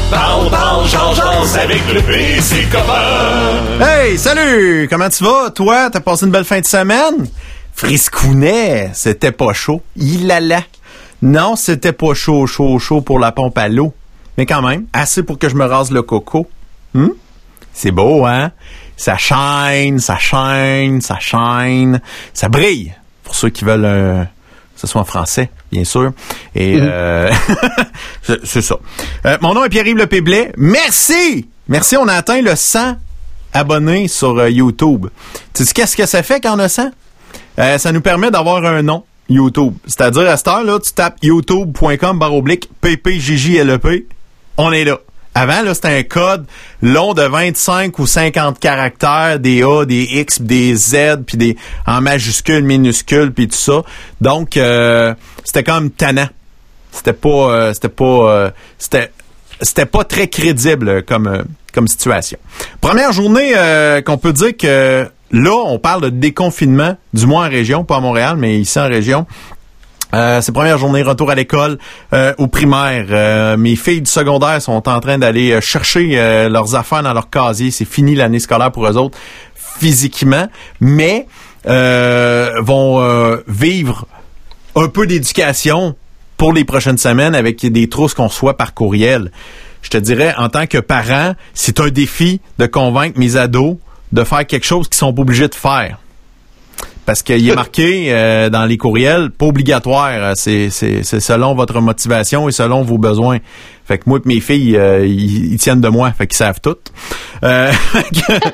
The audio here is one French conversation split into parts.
Parle, jase avec le et ses copains. Hey, salut! Comment tu vas? Toi, t'as passé une belle fin de semaine? Friscounet, c'était pas chaud. Il allait. Non, c'était pas chaud pour la pompe à l'eau. Mais quand même, assez pour que je me rase le coco. C'est beau, hein? Ça shine. Ça brille. Pour ceux qui veulent que ce soit en français, bien sûr. Et c'est ça. Mon nom est Pierre-Yves Lepéblais. Merci, on a atteint le 100 abonnés sur YouTube. Tu sais qu'est-ce que ça fait quand on a 100? Ça nous permet d'avoir un nom YouTube. C'est-à-dire, à cette heure-là, tu tapes youtube.com/PPJJLEP. On est là. Avant, là, c'était un code long de 25 ou 50 caractères, des A, des X, des Z, puis des en majuscules, minuscules, puis tout ça. Donc, c'était comme tannant. C'était pas très crédible comme situation. Première journée qu'on peut dire que là, on parle de déconfinement, du moins en région, pas à Montréal, mais ici en région. C'est première journée, retour à l'école au primaire. Mes filles du secondaire sont en train d'aller chercher leurs affaires dans leur casier. C'est fini l'année scolaire pour eux autres, physiquement, mais vont vivre un peu d'éducation pour les prochaines semaines avec des trousses qu'on reçoit par courriel. Je te dirais, en tant que parent, c'est un défi de convaincre mes ados de faire quelque chose qu'ils sont pas obligés de faire. Parce qu'il est marqué dans les courriels, pas obligatoire. C'est selon votre motivation et selon vos besoins. Fait que moi et mes filles, ils tiennent de moi. Fait qu'ils savent tout. Fait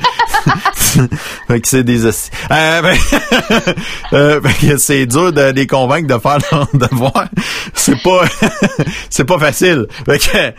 que c'est des... fait que c'est dur de les convaincre de faire leur devoir. C'est pas facile. Fait que...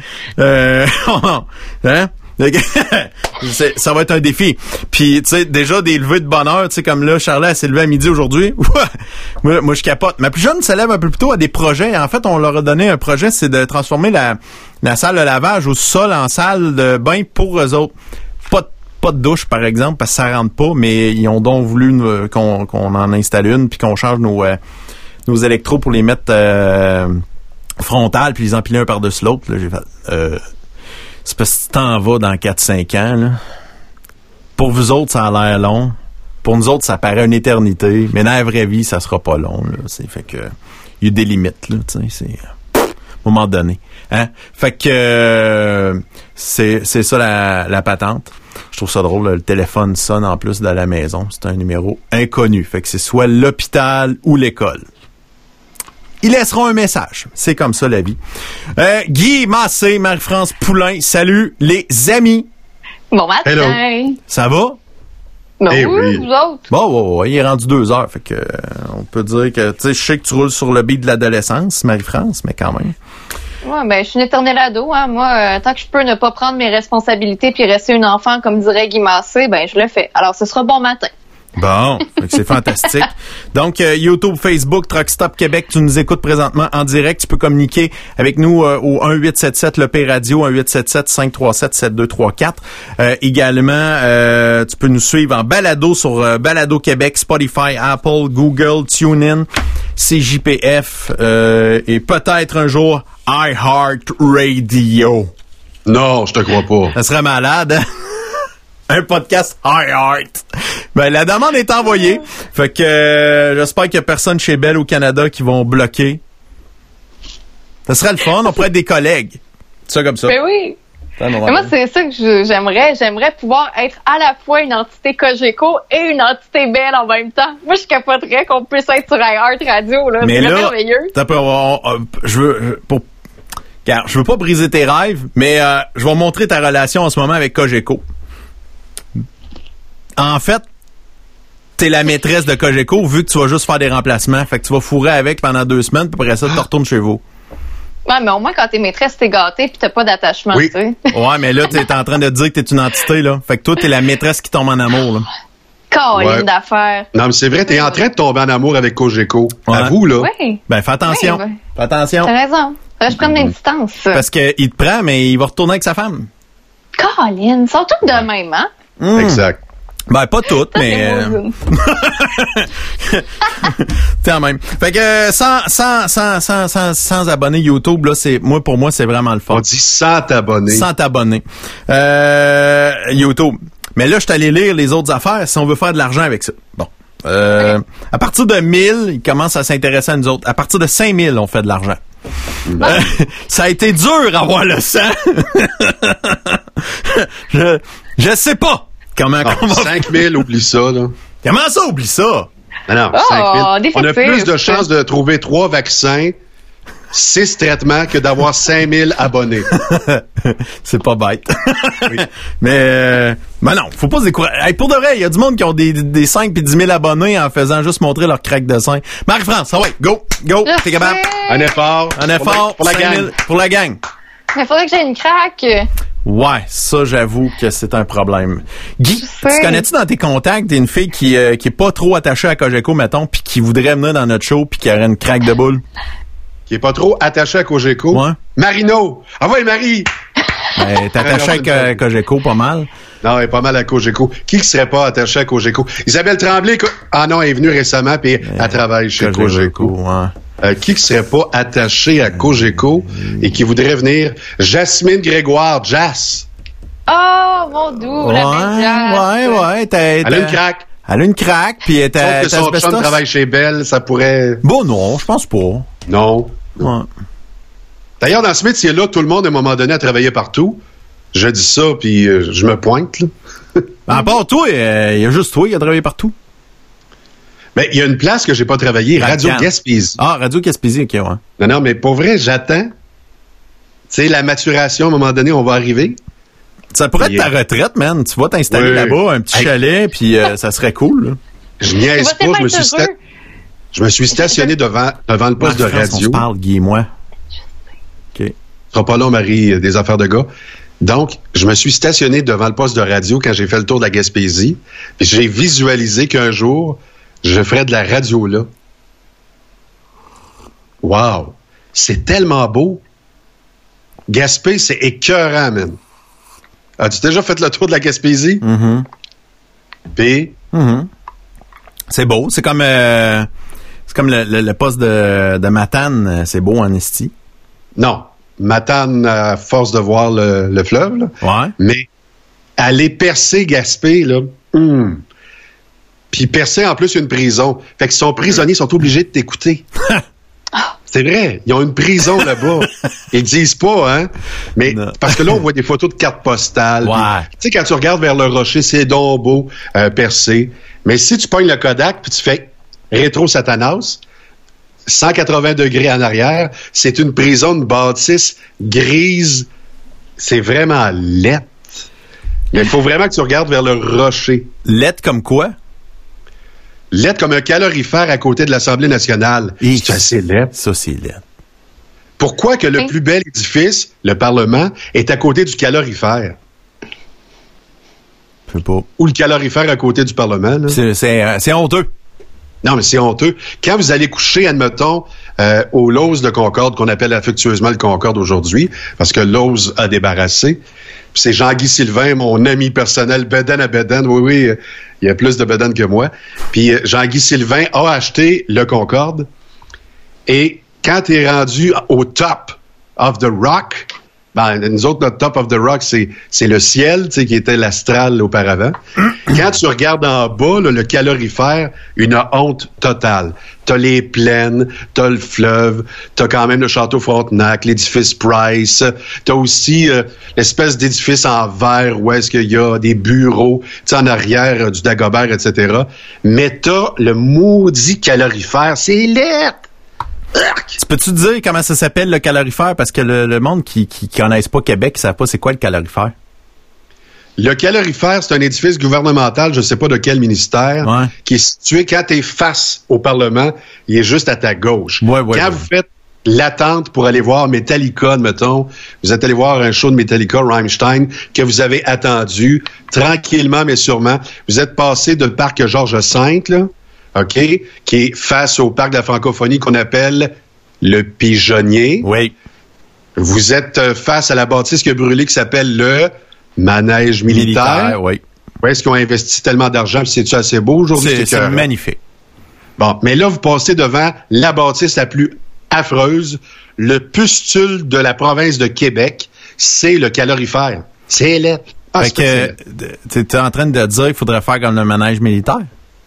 hein? Ça va être un défi. Puis, tu sais, déjà des levées de bonne heure, tu sais, comme là, Charlotte, elle s'est levée à midi aujourd'hui. moi, je capote. Ma plus jeune se lève un peu plus tôt à des projets. En fait, on leur a donné un projet, c'est de transformer la salle de lavage au sol en salle de bain pour eux autres. Pas de douche, par exemple, parce que ça rentre pas, mais ils ont donc voulu qu'on en installe une, puis qu'on change nos électros pour les mettre frontales, puis les empiler un par-dessus l'autre. Là, j'ai fait... c'est parce que tu t'en vas dans 4-5 ans, là. Pour vous autres, ça a l'air long. Pour nous autres, ça paraît une éternité. Mais dans la vraie vie, ça sera pas long, là. Fait que, il y a des limites, là, tu sais, c'est, à un moment donné. Hein? Fait que, c'est ça la patente. Je trouve ça drôle, là, le téléphone sonne en plus de la maison. C'est un numéro inconnu. Fait que c'est soit l'hôpital ou l'école. Ils laisseront un message. C'est comme ça, la vie. Guy Massé, Marie-France Poulain, salut les amis. Bon matin. Hello. Ça va? Ben oui, vous autres. Bon, ouais, il est rendu 2h. Fait que, on peut dire que, tu sais, je sais que tu roules sur le beat de l'adolescence, Marie-France, mais quand même. Ouais, ben, je suis une éternelle ado, hein. Moi, tant que je peux ne pas prendre mes responsabilités puis rester une enfant, comme dirait Guy Massé, ben, je le fais. Alors, ce sera bon matin. Bon, c'est fantastique. Donc, YouTube, Facebook, Truck Stop Québec, tu nous écoutes présentement en direct. Tu peux communiquer avec nous au 1-877 le P Radio, 1-877-537-7234. Également, tu peux nous suivre en balado sur Balado Québec, Spotify, Apple, Google, TuneIn, CJPF et peut-être un jour iHeartRadio. Non, je te crois pas. Ça serait malade, hein? Un podcast iHeart. Ben, la demande est envoyée. Fait que j'espère qu'il y a personne chez Bell au Canada qui vont bloquer. Ça serait le fun. On pourrait être des collègues. Ça comme ça. Ben oui. Mais moi, c'est ça que j'aimerais. J'aimerais pouvoir être à la fois une entité Cogeco et une entité Bell en même temps. Moi, je capoterais qu'on puisse être sur iHeart Radio. Là. Mais c'est là, merveilleux. Je veux pas briser tes rêves, mais je vais montrer ta relation en ce moment avec Cogeco. En fait, t'es la maîtresse de Cogeco vu que tu vas juste faire des remplacements. Fait que tu vas fourrer avec pendant 2 semaines, puis après ça, tu retournes chez vous. Ouais, mais au moins, quand t'es maîtresse, t'es gâtée puis t'as pas d'attachement, oui. Tu sais. Ouais, mais là, t'es en train de dire que t'es une entité, là. Fait que toi, t'es la maîtresse qui tombe en amour, là. Caroline d'affaires. Non, mais c'est vrai, t'es en train de tomber en amour avec Cogeco. Ouais. Avoue, là. Oui. Ben, fais attention. Oui, ben. Fais attention. T'as raison. Je prends mes distances. Parce qu'il te prend, mais il va retourner avec sa femme. Caroline, ils sont tous de même, hein? Exact. Ben, pas toutes, mais... Quand même. Fait que, sans abonnés YouTube, là, pour moi, c'est vraiment le fun. On dit 100 abonnés. 100 abonnés. YouTube. Mais là, je suis allé lire les autres affaires si on veut faire de l'argent avec ça. Bon. À partir de 1000, ils commencent à s'intéresser à nous autres. À partir de 5000, on fait de l'argent. Ça a été dur à avoir le sang. Je sais pas comment on va... 5000, oublie ça, là. Comment ça, oublie ça? Non, 5000. On a plus de chances de trouver 3 vaccins, 6 traitements que d'avoir 5000 abonnés. C'est pas bête. Oui. Mais non, faut pas se décourager. Hey, pour de vrai, il y a du monde qui ont des 5 puis 10 000 abonnés en faisant juste montrer leur craque de sein. Marie-France, ça va, go, t'es capable. Un effort. Pour la gang. Pour la gang. Mais faudrait que j'aie une craque. Ouais, ça, j'avoue que c'est un problème. Guy, tu connais-tu dans tes contacts une fille qui est pas trop attachée à Cogeco, mettons, puis qui voudrait venir dans notre show puis qui aurait une craque de boule? Qui est pas trop attaché à Cogeco? Ouais. Marino! Ah ouais, Marie! Ben, t'es attaché à Cogeco pas mal. Non, elle est pas mal à Cogeco. Qui serait pas attaché à Cogeco? Isabelle Tremblay, ah non, elle est venue récemment puis elle travaille chez Cogeco. Ouais. Qui serait pas attaché à Cogeco et qui voudrait venir? Jasmine Grégoire, Jas. Oh, mon doux, la belle Jas. Ouais. Elle a une craque. Elle a une craque, puis elle était... Sauf que son chum travaille chez Bell, ça pourrait... Bon, non, je pense pas. Non. Ouais. D'ailleurs, dans ce métier-là, tout le monde, à un moment donné, a travaillé partout. Je dis ça, puis je me pointe, là. À part toi, il y a juste toi qui a travaillé partout. Mais il y a une place que j'ai pas travaillé, Radio Gaspésie. Ah, Radio Gaspésie, OK, ouais. Non, mais pour vrai, j'attends. Tu sais, la maturation, à un moment donné, on va arriver. Ça pourrait être ta retraite, man. Tu vas t'installer là-bas, un petit chalet, puis ça serait cool, là. Je niaise pas, je me suis stationné devant le poste de radio. On se parle, Guy et moi. OK. Ce sera pas long, Marie, des affaires de gars. Donc, je me suis stationné devant le poste de radio quand j'ai fait le tour de la Gaspésie. Puis j'ai visualisé qu'un jour, je ferais de la radio là. Wow! C'est tellement beau. Gaspé, c'est écœurant, man. As-tu déjà fait le tour de la Gaspésie? Mm-hmm. Puis? Mm-hmm. C'est beau. C'est comme le poste de Matane. C'est beau en esti. Non. Matane, à force de voir le fleuve, là. Ouais. Mais aller percer Gaspé, là, puis percer en plus une prison. Fait que si sont prisonniers, ils sont obligés de t'écouter. C'est vrai, ils ont une prison là-bas. Ils disent pas, hein? Mais parce que là, on voit des photos de cartes postales. Ouais. Tu sais, quand tu regardes vers le rocher, c'est donc beau, percé. Mais si tu pognes le Kodak puis tu fais rétro Satanas, 180 degrés en arrière, c'est une prison de bâtisse grise. C'est vraiment laid. Mais il faut vraiment que tu regardes vers le rocher. Laid comme quoi? Laid comme un calorifère à côté de l'Assemblée nationale. C'est assez laid. Ça, c'est laid. Pourquoi que le plus bel édifice, le Parlement, est à côté du calorifère? Je sais pas. Ou le calorifère à côté du Parlement, là? C'est honteux. Non, mais c'est honteux. Quand vous allez coucher, admettons, au Lowe's de Concorde, qu'on appelle affectueusement le Concorde aujourd'hui, parce que Lowe's a débarrassé. Puis c'est Jean-Guy Sylvain, mon ami personnel, bédane à bédane. Oui, il y a plus de bédane que moi. Puis Jean-Guy Sylvain a acheté le Concorde. Et quand tu es rendu au top of the rock, ben, nous autres, notre top of the rock, c'est le ciel, tu sais, qui était l'astral auparavant. Quand tu regardes en bas, là, le calorifère, une honte totale. T'as les plaines, t'as le fleuve, t'as quand même le château Frontenac, l'édifice Price, t'as aussi l'espèce d'édifice en verre où est-ce qu'il y a des bureaux, tu sais, en arrière du Dagobert, etc. Mais t'as le maudit calorifère, c'est laid! Tu peux-tu dire comment ça s'appelle le calorifère? Parce que le monde qui connaisse pas Québec, ils savent pas c'est quoi le calorifère. Le calorifère, c'est un édifice gouvernemental, je sais pas de quel ministère, qui est situé quand tu es face au Parlement, il est juste à ta gauche. Quand vous faites l'attente pour aller voir Metallica, mettons, vous êtes allé voir un show de Metallica, Rammstein, que vous avez attendu, tranquillement mais sûrement, vous êtes passé de le parc Georges V, là, OK, qui est face au parc de la francophonie qu'on appelle le Pigeonnier. Oui. Vous êtes face à la bâtisse qui a brûlé qui s'appelle le Manège militaire. Oui. Où est-ce qu'ils ont investi tellement d'argent? Puis c'est-tu assez beau aujourd'hui? C'est magnifique. Bon, mais là, vous passez devant la bâtisse la plus affreuse, le pustule de la province de Québec, c'est le calorifère. C'est laid. Fait que t'es en train de dire qu'il faudrait faire comme le manège militaire?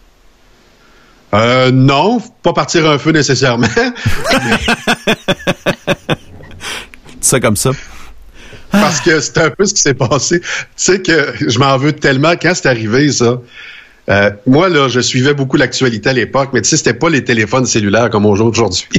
Non, pas partir un feu nécessairement. Ça comme ça. Parce que c'est un peu ce qui s'est passé. Tu sais que je m'en veux tellement quand c'est arrivé, ça. Moi, là, je suivais beaucoup l'actualité à l'époque, mais tu sais, c'était pas les téléphones cellulaires comme on joue aujourd'hui.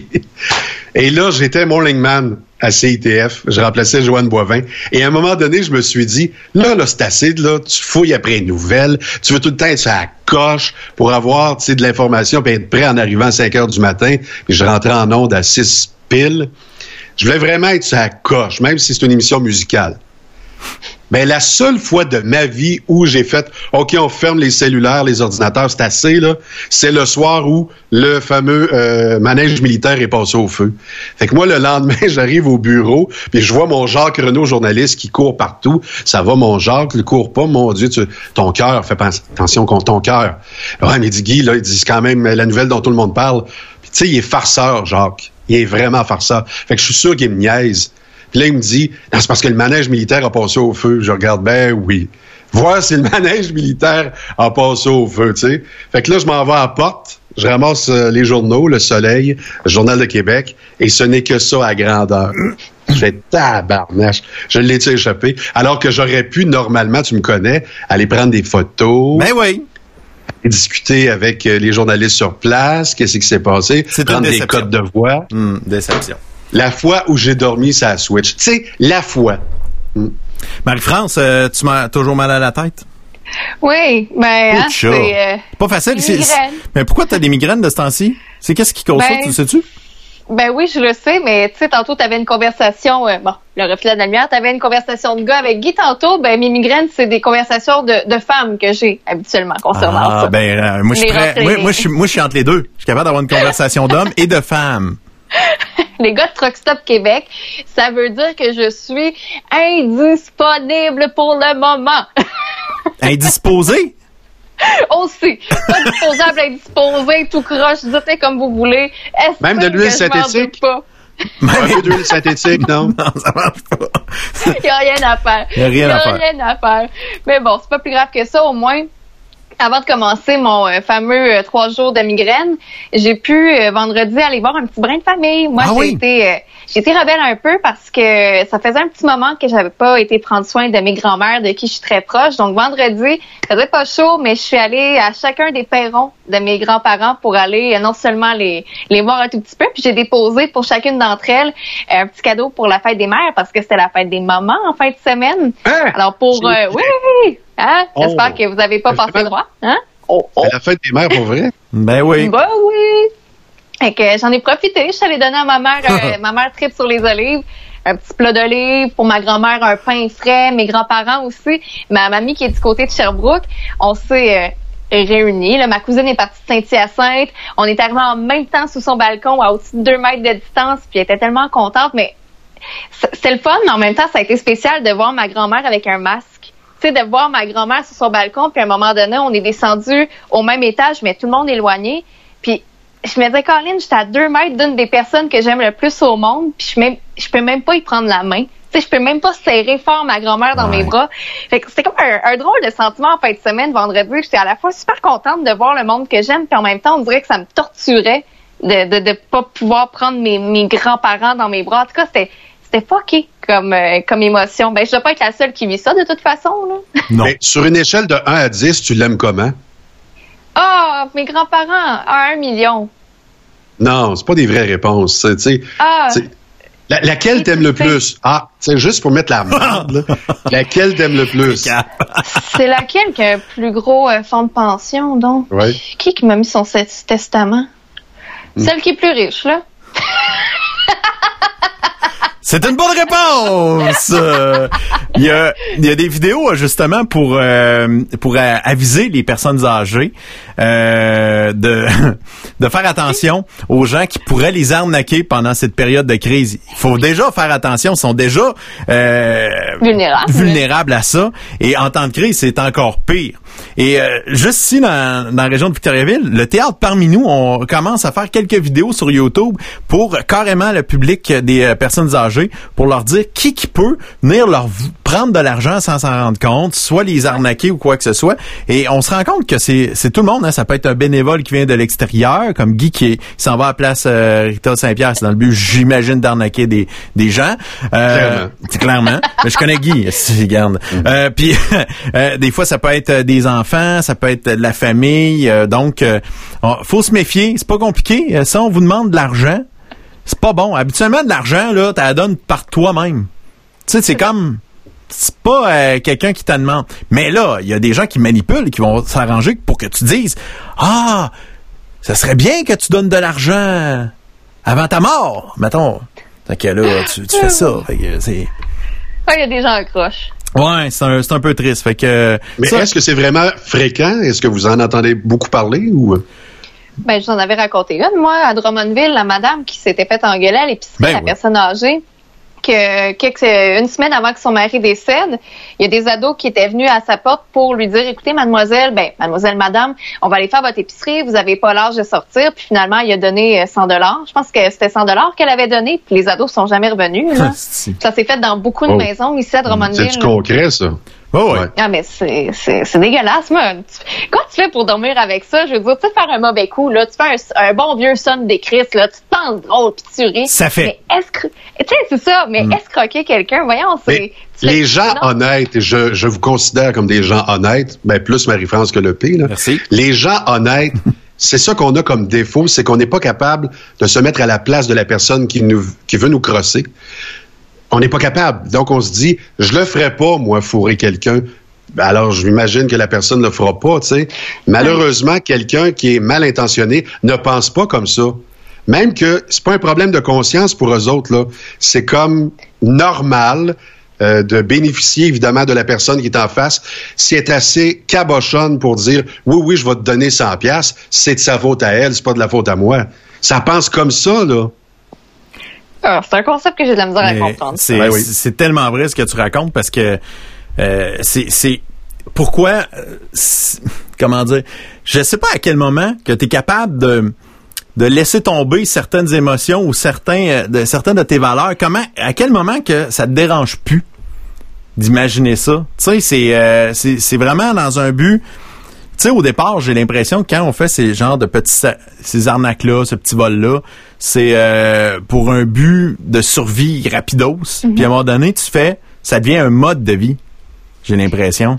Et là, j'étais morning man à CITF. Je remplaçais Joanne Boivin. Et à un moment donné, je me suis dit, là, c'est assez, là, tu fouilles après les nouvelles. Tu veux tout le temps être sur la coche pour avoir, tu sais, de l'information puis être prêt en arrivant à 5 heures du matin. Puis je rentrais en onde à 6 piles. Je voulais vraiment être sur la coche, même si c'est une émission musicale. Ben, la seule fois de ma vie où j'ai fait « OK, on ferme les cellulaires, les ordinateurs, c'est assez », là, c'est le soir où le fameux manège militaire est passé au feu. Fait que moi, le lendemain, j'arrive au bureau, puis je vois mon Jacques Renaud, journaliste, qui court partout. Ça va, mon Jacques, il court pas, mon Dieu, ton cœur, fais attention contre ton cœur. Ouais, mais il dit, Guy, là, il dit, c'est quand même la nouvelle dont tout le monde parle. Puis tu sais, il est farceur, Jacques. Il est vraiment farceur. Fait que je suis sûr qu'il me niaise. Puis là, il me dit, non, c'est parce que le manège militaire a passé au feu. Je regarde, ben oui. Voir si le manège militaire a passé au feu, tu sais. Fait que là, je m'en vais à la porte, je ramasse les journaux, Le Soleil, le Journal de Québec, et ce n'est que ça à grandeur. Je fais tabarnache. Je l'ai échappé. Alors que j'aurais pu, normalement, tu me connais, aller prendre des photos. Ben oui. Discuter avec les journalistes sur place, qu'est-ce qui s'est passé, prendre des codes de voix. Déception. La fois où j'ai dormi, ça a switch. Tu sais, la fois. Marie-France, tu m'as toujours mal à la tête? Oui, ben, c'est... pas facile. Mais pourquoi tu as des migraines de ce temps-ci? C'est qu'est-ce qui cause ça, tu le sais-tu? Ben oui, je le sais, mais tu sais, tantôt, tu avais une conversation, le reflet de la lumière, tu avais une conversation de gars avec Guy tantôt, ben mes migraines, c'est des conversations de femmes que j'ai habituellement concernant ça. Ben, moi, je suis entre les deux. Je suis capable d'avoir une conversation d'hommes et de femmes. Les gars de Truck Stop Québec, ça veut dire que je suis indisponible pour le moment. Indisposé? Aussi. Pas disposable, indisposé, tout croche, dites comme vous voulez. Même de l'huile synthétique? Même de l'huile synthétique, non? Non, ça marche pas. Il n'y a rien à faire. Il n'y a rien à faire. Mais bon, c'est pas plus grave que ça, au moins. Avant de commencer mon fameux 3 jours de migraine, j'ai pu vendredi aller voir un petit brin de famille. Moi, j'ai été rebelle un peu parce que ça faisait un petit moment que j'avais pas été prendre soin de mes grands-mères de qui je suis très proche. Donc vendredi, ça faisait pas chaud, mais je suis allée à chacun des perrons de mes grands-parents pour aller non seulement les voir un tout petit peu, puis j'ai déposé pour chacune d'entre elles un petit cadeau pour la fête des mères parce que c'était la fête des mamans en fin de semaine. Alors pour oui. Hein? J'espère que vous n'avez pas passé droit. Hein? C'est la fête des mères, pour vrai? Ben oui. Ben oui. Fait que j'en ai profité. Je suis allée donner à ma mère, ma mère tripe sur les olives, un petit plat d'olives, pour ma grand-mère, un pain frais, mes grands-parents aussi. Ma mamie qui est du côté de Sherbrooke, on s'est réunis. Là, ma cousine est partie de Saint-Hyacinthe. On est arrivés en même temps sous son balcon à au-dessus de 2 mètres de distance, puis elle était tellement contente. Mais c'est le fun, mais en même temps, ça a été spécial de voir ma grand-mère avec un masque. Tu sais, de voir ma grand-mère sur son balcon, puis à un moment donné, on est descendu au même étage, mais tout le monde éloigné. Puis je me disais, Colin, j'étais à 2 mètres d'une des personnes que j'aime le plus au monde, puis je peux même pas y prendre la main. Tu sais, je peux même pas serrer fort ma grand-mère dans mes bras. Fait que c'était comme un drôle de sentiment en fin de semaine, vendredi. J'étais à la fois super contente de voir le monde que j'aime, puis en même temps, on dirait que ça me torturait de pas pouvoir prendre mes grands-parents dans mes bras. En tout cas, c'était fucké comme émotion. Ben, je dois pas être la seule qui vit ça, de toute façon, là. Non. Mais sur une échelle de 1 à 10, tu l'aimes comment? Mes grands-parents, à 1 million. Non, c'est pas des vraies réponses. Laquelle t'aimes le plus? C'est juste pour mettre la merde, là. Laquelle t'aimes le plus? C'est laquelle qui a un plus gros fonds de pension, donc? Oui. Qui m'a mis son testament? Celle qui est plus riche, là. C'est une bonne réponse! Il y a des vidéos, justement, pour aviser les personnes âgées, de faire attention aux gens qui pourraient les arnaquer pendant cette période de crise. Il faut déjà faire attention, ils sont déjà vulnérables à ça. Et en temps de crise, c'est encore pire. Et juste ici, dans la région de Victoriaville, le théâtre parmi nous, on commence à faire quelques vidéos sur YouTube pour carrément le public des personnes âgées, pour leur dire qui peut venir leur prendre de l'argent sans s'en rendre compte, soit les arnaquer ou quoi que ce soit. Et on se rend compte que c'est tout le monde. Hein. Ça peut être un bénévole qui vient de l'extérieur, comme Guy qui s'en va à la place Rita Saint-Pierre. C'est dans le but, j'imagine, d'arnaquer des gens. Clairement. Mais je connais Guy. Regarde. Puis des fois, ça peut être des enfants, ça peut être de la famille. Donc, faut se méfier. C'est pas compliqué. Si on vous demande de l'argent, c'est pas bon. Habituellement, de l'argent, là, tu la donnes par toi-même. Tu sais, c'est comme... C'est pas quelqu'un qui te demande. Mais là, il y a des gens qui manipulent, qui vont s'arranger pour que tu dises « Ah, ça serait bien que tu donnes de l'argent avant ta mort, mettons. » Fait que là, tu fais ça. Fait que c'est... il y a des gens accrochent. Ouais, c'est un peu triste. Fait que... Mais est-ce que c'est vraiment fréquent? Est-ce que vous en entendez beaucoup parler ou... Ben, je vous en avais raconté une, moi, à Drummondville, la madame qui s'était fait engueuler à l'épicerie, la personne âgée, une semaine avant que son mari décède, il y a des ados qui étaient venus à sa porte pour lui dire, écoutez, mademoiselle, madame, on va aller faire votre épicerie, vous avez pas l'âge de sortir, puis finalement, il a donné $100. Je pense que c'était $100 qu'elle avait donné, puis les ados sont jamais revenus, là. Ça s'est fait dans beaucoup de maisons ici à Drummondville. C'est du concret, ça. Oh ouais. Ah, mais c'est dégueulasse, moi. Quand tu fais pour dormir avec ça, je veux dire, tu sais, faire un mauvais coup, là, tu fais un bon vieux son des Christ, là, tu te penses drôle pis tu ris. Ça fait. Mais tu sais, c'est ça, mais escroquer quelqu'un, voyons, c'est... Les gens honnêtes, et je vous considère comme des gens honnêtes, ben plus Marie-France que le P, là. Merci. Les gens honnêtes, c'est ça qu'on a comme défaut, c'est qu'on n'est pas capable de se mettre à la place de la personne qui veut nous crosser. On n'est pas capable. Donc, on se dit, je le ferai pas, moi, fourrer quelqu'un. Alors, je m'imagine que la personne ne le fera pas, tu sais. Malheureusement, quelqu'un qui est mal intentionné ne pense pas comme ça. Même que c'est pas un problème de conscience pour eux autres, là. C'est comme normal de bénéficier, évidemment, de la personne qui est en face. Si elle est assez cabochonne pour dire, oui, je vais te donner 100$, c'est de sa faute à elle, c'est pas de la faute à moi. Ça pense comme ça, là. C'est un concept que j'ai de la misère à comprendre. C'est tellement vrai ce que tu racontes parce que c'est pourquoi comment dire, je sais pas à quel moment que tu es capable de laisser tomber certaines émotions ou certaines de tes valeurs. À quel moment que ça te dérange plus d'imaginer ça? Tu sais, c'est vraiment dans un but. Tu sais, au départ, j'ai l'impression que quand on fait ces arnaques-là, ce petit vol-là, c'est pour un but de survie rapidos. Mm-hmm. Puis à un moment donné, ça devient un mode de vie. J'ai l'impression.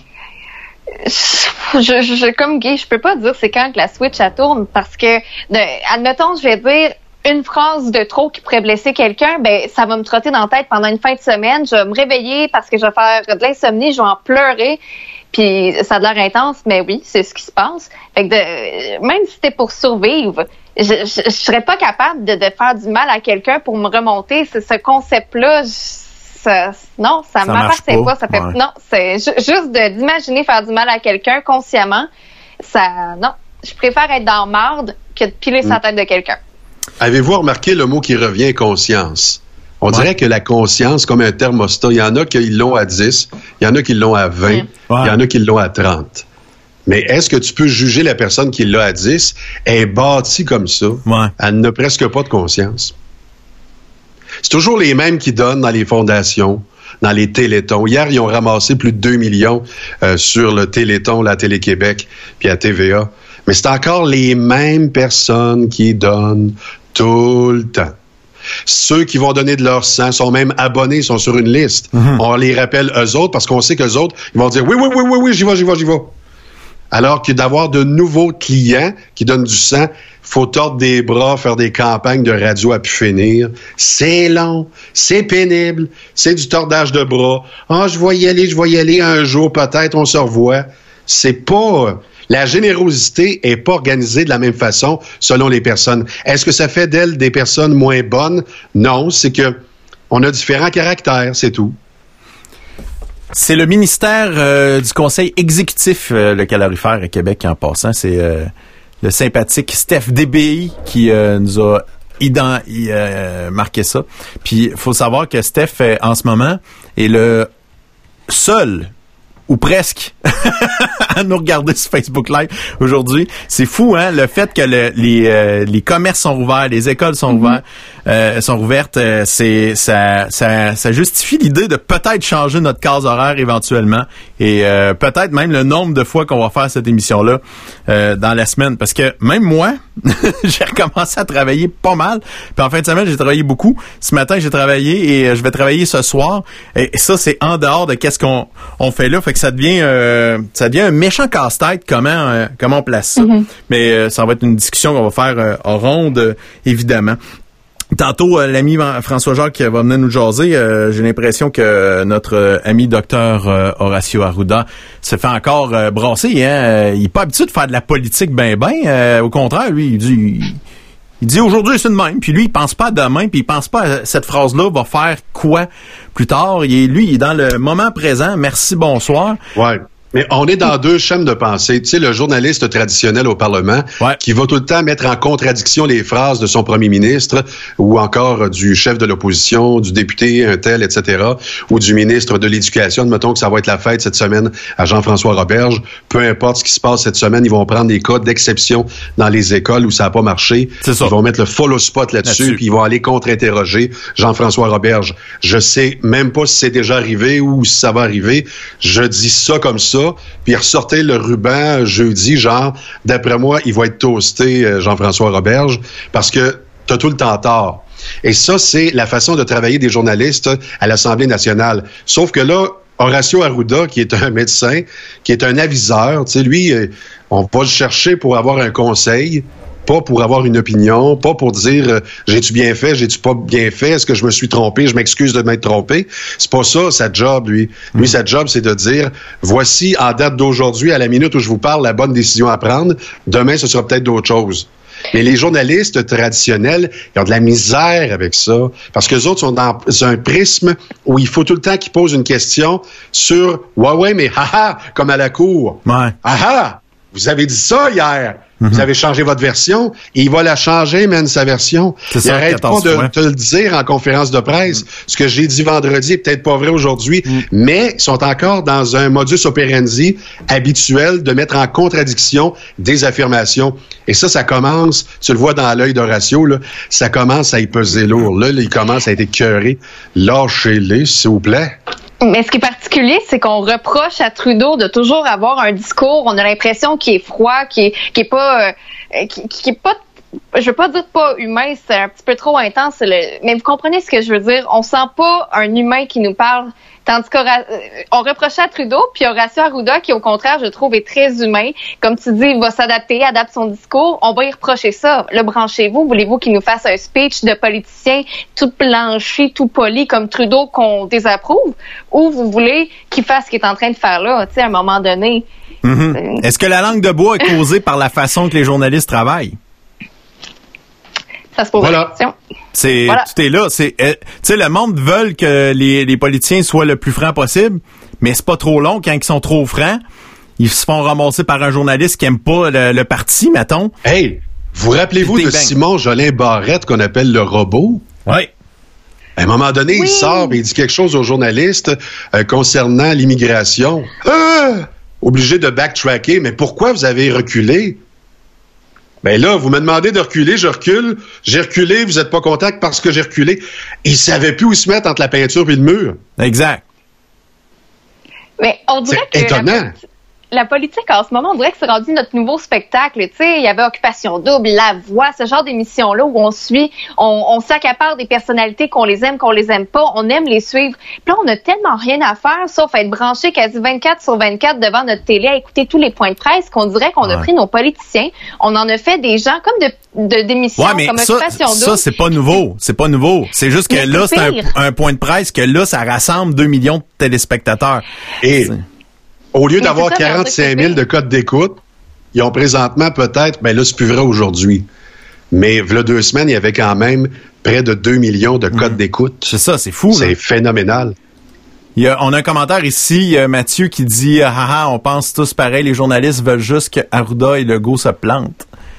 Comme Guy, je peux pas dire c'est quand que la switch elle tourne parce que, admettons, je vais dire une phrase de trop qui pourrait blesser quelqu'un, ça va me trotter dans la tête pendant une fin de semaine. Je vais me réveiller parce que je vais faire de l'insomnie, je vais en pleurer. Puis ça a l'air intense, mais oui, c'est ce qui se passe. Fait que même si c'était pour survivre, je serais pas capable de faire du mal à quelqu'un pour me remonter. C'est ce concept-là. Ça m'appartient pas. Ça fait non, c'est juste d'imaginer faire du mal à quelqu'un consciemment. Je préfère être dans marde que de piler sa tête de quelqu'un. Avez-vous remarqué le mot qui revient, conscience? On dirait que la conscience, comme un thermostat, il y en a qui l'ont à 10, il y en a qui l'ont à 20, il y en a qui l'ont à 30. Mais est-ce que tu peux juger la personne qui l'a à 10? Elle est bâtie comme ça. Ouais. Elle n'a presque pas de conscience. C'est toujours les mêmes qui donnent dans les fondations, dans les télétons. Hier, ils ont ramassé plus de 2 millions sur le téléthon, la Télé-Québec, puis à TVA. Mais c'est encore les mêmes personnes qui donnent tout le temps. Ceux qui vont donner de leur sang sont même abonnés, sont sur une liste. Mm-hmm. On les rappelle eux autres parce qu'on sait qu'eux autres, ils vont dire oui, j'y vais. Alors que d'avoir de nouveaux clients qui donnent du sang, faut tordre des bras, faire des campagnes de radio à pu finir. C'est long, c'est pénible, c'est du tordage de bras. Je vais y aller un jour, peut-être, on se revoit. C'est pas... La générosité est pas organisée de la même façon selon les personnes. Est-ce que ça fait d'elles des personnes moins bonnes? Non, c'est que on a différents caractères, c'est tout. C'est le ministère du Conseil exécutif, le calorifère à Québec, en passant. le sympathique Steph DBI qui nous a marqué ça. Puis, il faut savoir que Steph, en ce moment, est le seul ou presque à nous regarder sur Facebook Live aujourd'hui. C'est fou, hein, le fait que les commerces sont ouverts, les écoles sont ouvertes, ça justifie l'idée de peut-être changer notre case horaire éventuellement et peut-être même le nombre de fois qu'on va faire cette émission-là dans la semaine. Parce que même moi, j'ai recommencé à travailler pas mal. Puis en fin de semaine, j'ai travaillé beaucoup. Ce matin, j'ai travaillé et je vais travailler ce soir. Et ça, c'est en dehors de qu'est-ce qu'on fait là. Fait que ça devient un méchant casse-tête comment on place ça. Mais ça va être une discussion qu'on va faire en ronde, évidemment. Tantôt, l'ami François Jacques va venir nous jaser. J'ai l'impression que notre ami docteur Horacio Arruda se fait encore brasser. Hein? Il est pas habitué de faire de la politique au contraire, lui, il dit aujourd'hui c'est de même, puis lui il pense pas à demain, puis il pense pas à cette phrase-là va faire quoi plus tard. Il est dans le moment présent. Merci, bonsoir. Ouais. Mais on est dans deux chaînes de pensée. Tu sais, le journaliste traditionnel au Parlement qui va tout le temps mettre en contradiction les phrases de son premier ministre ou encore du chef de l'opposition, du député, un tel, etc., ou du ministre de l'Éducation. Admettons que ça va être la fête cette semaine à Jean-François Roberge. Peu importe ce qui se passe cette semaine, ils vont prendre des cas d'exception dans les écoles où ça n'a pas marché. Ils vont mettre le follow spot là-dessus, puis ils vont aller contre-interroger Jean-François Roberge. Je sais même pas si c'est déjà arrivé ou si ça va arriver. Je dis ça comme ça. Puis ressortez le ruban jeudi, genre, d'après moi, il va être toasté, Jean-François Roberge, parce que t'as tout le temps tort. Et ça, c'est la façon de travailler des journalistes à l'Assemblée nationale. Sauf que là, Horacio Arruda, qui est un médecin, qui est un aviseur, tu sais, lui, on va le chercher pour avoir un conseil, pas pour avoir une opinion, pas pour dire j'ai-tu bien fait, j'ai-tu pas bien fait, est-ce que je me suis trompé, je m'excuse de m'être trompé. C'est pas ça, sa job, lui. Lui, sa job, c'est de dire voici, en date d'aujourd'hui, à la minute où je vous parle, la bonne décision à prendre. Demain, ce sera peut-être d'autres choses. Mais les journalistes traditionnels, ils ont de la misère avec ça. Parce que les autres sont dans un prisme où il faut tout le temps qu'ils posent une question sur ouais, mais haha, comme à la cour. Ouais. Haha! Vous avez dit ça hier. Vous avez changé votre version. Et il va la changer, même sa version. Il arrête pas de te le dire en conférence de presse. Ce que j'ai dit vendredi est peut-être pas vrai aujourd'hui, mais ils sont encore dans un modus operandi habituel de mettre en contradiction des affirmations. Et ça commence, tu le vois dans l'œil d'Horacio, là, ça commence à y peser lourd. Là, il commence à être écœuré. Lâchez-les, s'il vous plaît. Mais ce qui est particulier, c'est qu'on reproche à Trudeau de toujours avoir un discours. On a l'impression qu'il est froid, qui est pas, je veux pas dire pas humain, c'est un petit peu trop intense. Mais vous comprenez ce que je veux dire. On sent pas un humain qui nous parle. Tandis qu'on reprochait à Trudeau, puis Horacio Arruda, qui au contraire, je trouve, est très humain. Comme tu dis, il va s'adapter, adapte son discours. On va y reprocher ça. Le branchez-vous. Voulez-vous qu'il nous fasse un speech de politicien tout blanchi, tout poli, comme Trudeau, qu'on désapprouve? Ou vous voulez qu'il fasse ce qu'il est en train de faire là, tu sais, à un moment donné? Est-ce que la langue de bois est causée par la façon que les journalistes travaillent? Ça se pose la question. Tout est là. Tu sais, le monde veut que les politiciens soient le plus francs possible, mais c'est pas trop long. Quand ils sont trop francs, ils se font ramasser par un journaliste qui aime pas le parti, mettons. Hey, vous rappelez-vous de Simon Jolin Barrette qu'on appelle le robot? Oui. À un moment donné, il sort et il dit quelque chose aux journalistes concernant l'immigration. Obligé de backtracker, mais pourquoi vous avez reculé? Ben là, vous me demandez de reculer, je recule. J'ai reculé, vous êtes pas content parce que j'ai reculé. Il savait plus où se mettre entre la peinture et le mur. Exact. Mais on dirait que étonnant. La politique, en ce moment, on dirait que c'est rendu notre nouveau spectacle. Tu sais, il y avait Occupation Double, La Voix, ce genre d'émission-là où on suit, on s'accapare des personnalités qu'on les aime pas, on aime les suivre. Puis là, on a tellement rien à faire, sauf à être branché quasi 24/24 devant notre télé, à écouter tous les points de presse, qu'on dirait qu'on a pris nos politiciens, on en a fait des gens comme d'émissions comme Occupation Double. Ça, c'est pas nouveau. C'est pas nouveau. C'est juste que là, c'est un point de presse que là, ça rassemble 2 millions de téléspectateurs. Et au lieu d'avoir 45 000 de codes d'écoute, ils ont présentement peut-être, ben là, c'est plus vrai aujourd'hui. Mais il y a 2 semaines, il y avait quand même près de 2 millions de codes d'écoute. C'est ça, c'est fou. C'est phénoménal. On a un commentaire ici, Mathieu qui dit on pense tous pareil, les journalistes veulent juste que Arruda et Legault se plantent.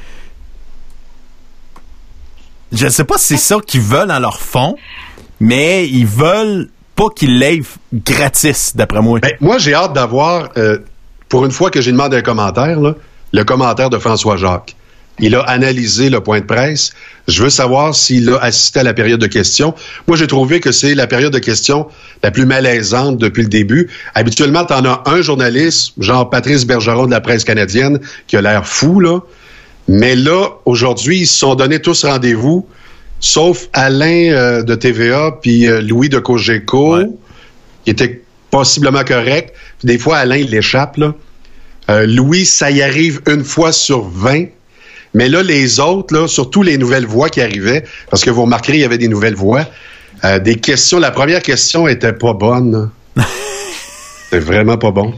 je sais pas si c'est ça qu'ils veulent dans leur fond, mais ils veulent pas qu'ils l'aient gratis, d'après moi. Ben, moi, j'ai hâte d'avoir, pour une fois que j'ai demandé un commentaire, là, le commentaire de François Jacques. Il a analysé le point de presse. Je veux savoir s'il a assisté à la période de questions. Moi, j'ai trouvé que c'est la période de questions la plus malaisante depuis le début. Habituellement, t'en as un journaliste, genre Patrice Bergeron de la presse canadienne, qui a l'air fou, là. Mais là, aujourd'hui, ils se sont donnés tous rendez-vous, sauf Alain de TVA, puis Louis de Cogeco, qui était possiblement correct. Puis des fois, Alain, il l'échappe, là. Louis, ça y arrive une fois sur 20. Mais là, les autres, là, surtout les nouvelles voix qui arrivaient, parce que vous remarquerez, il y avait des nouvelles voix, des questions. La première question était pas bonne. C'était vraiment pas bon.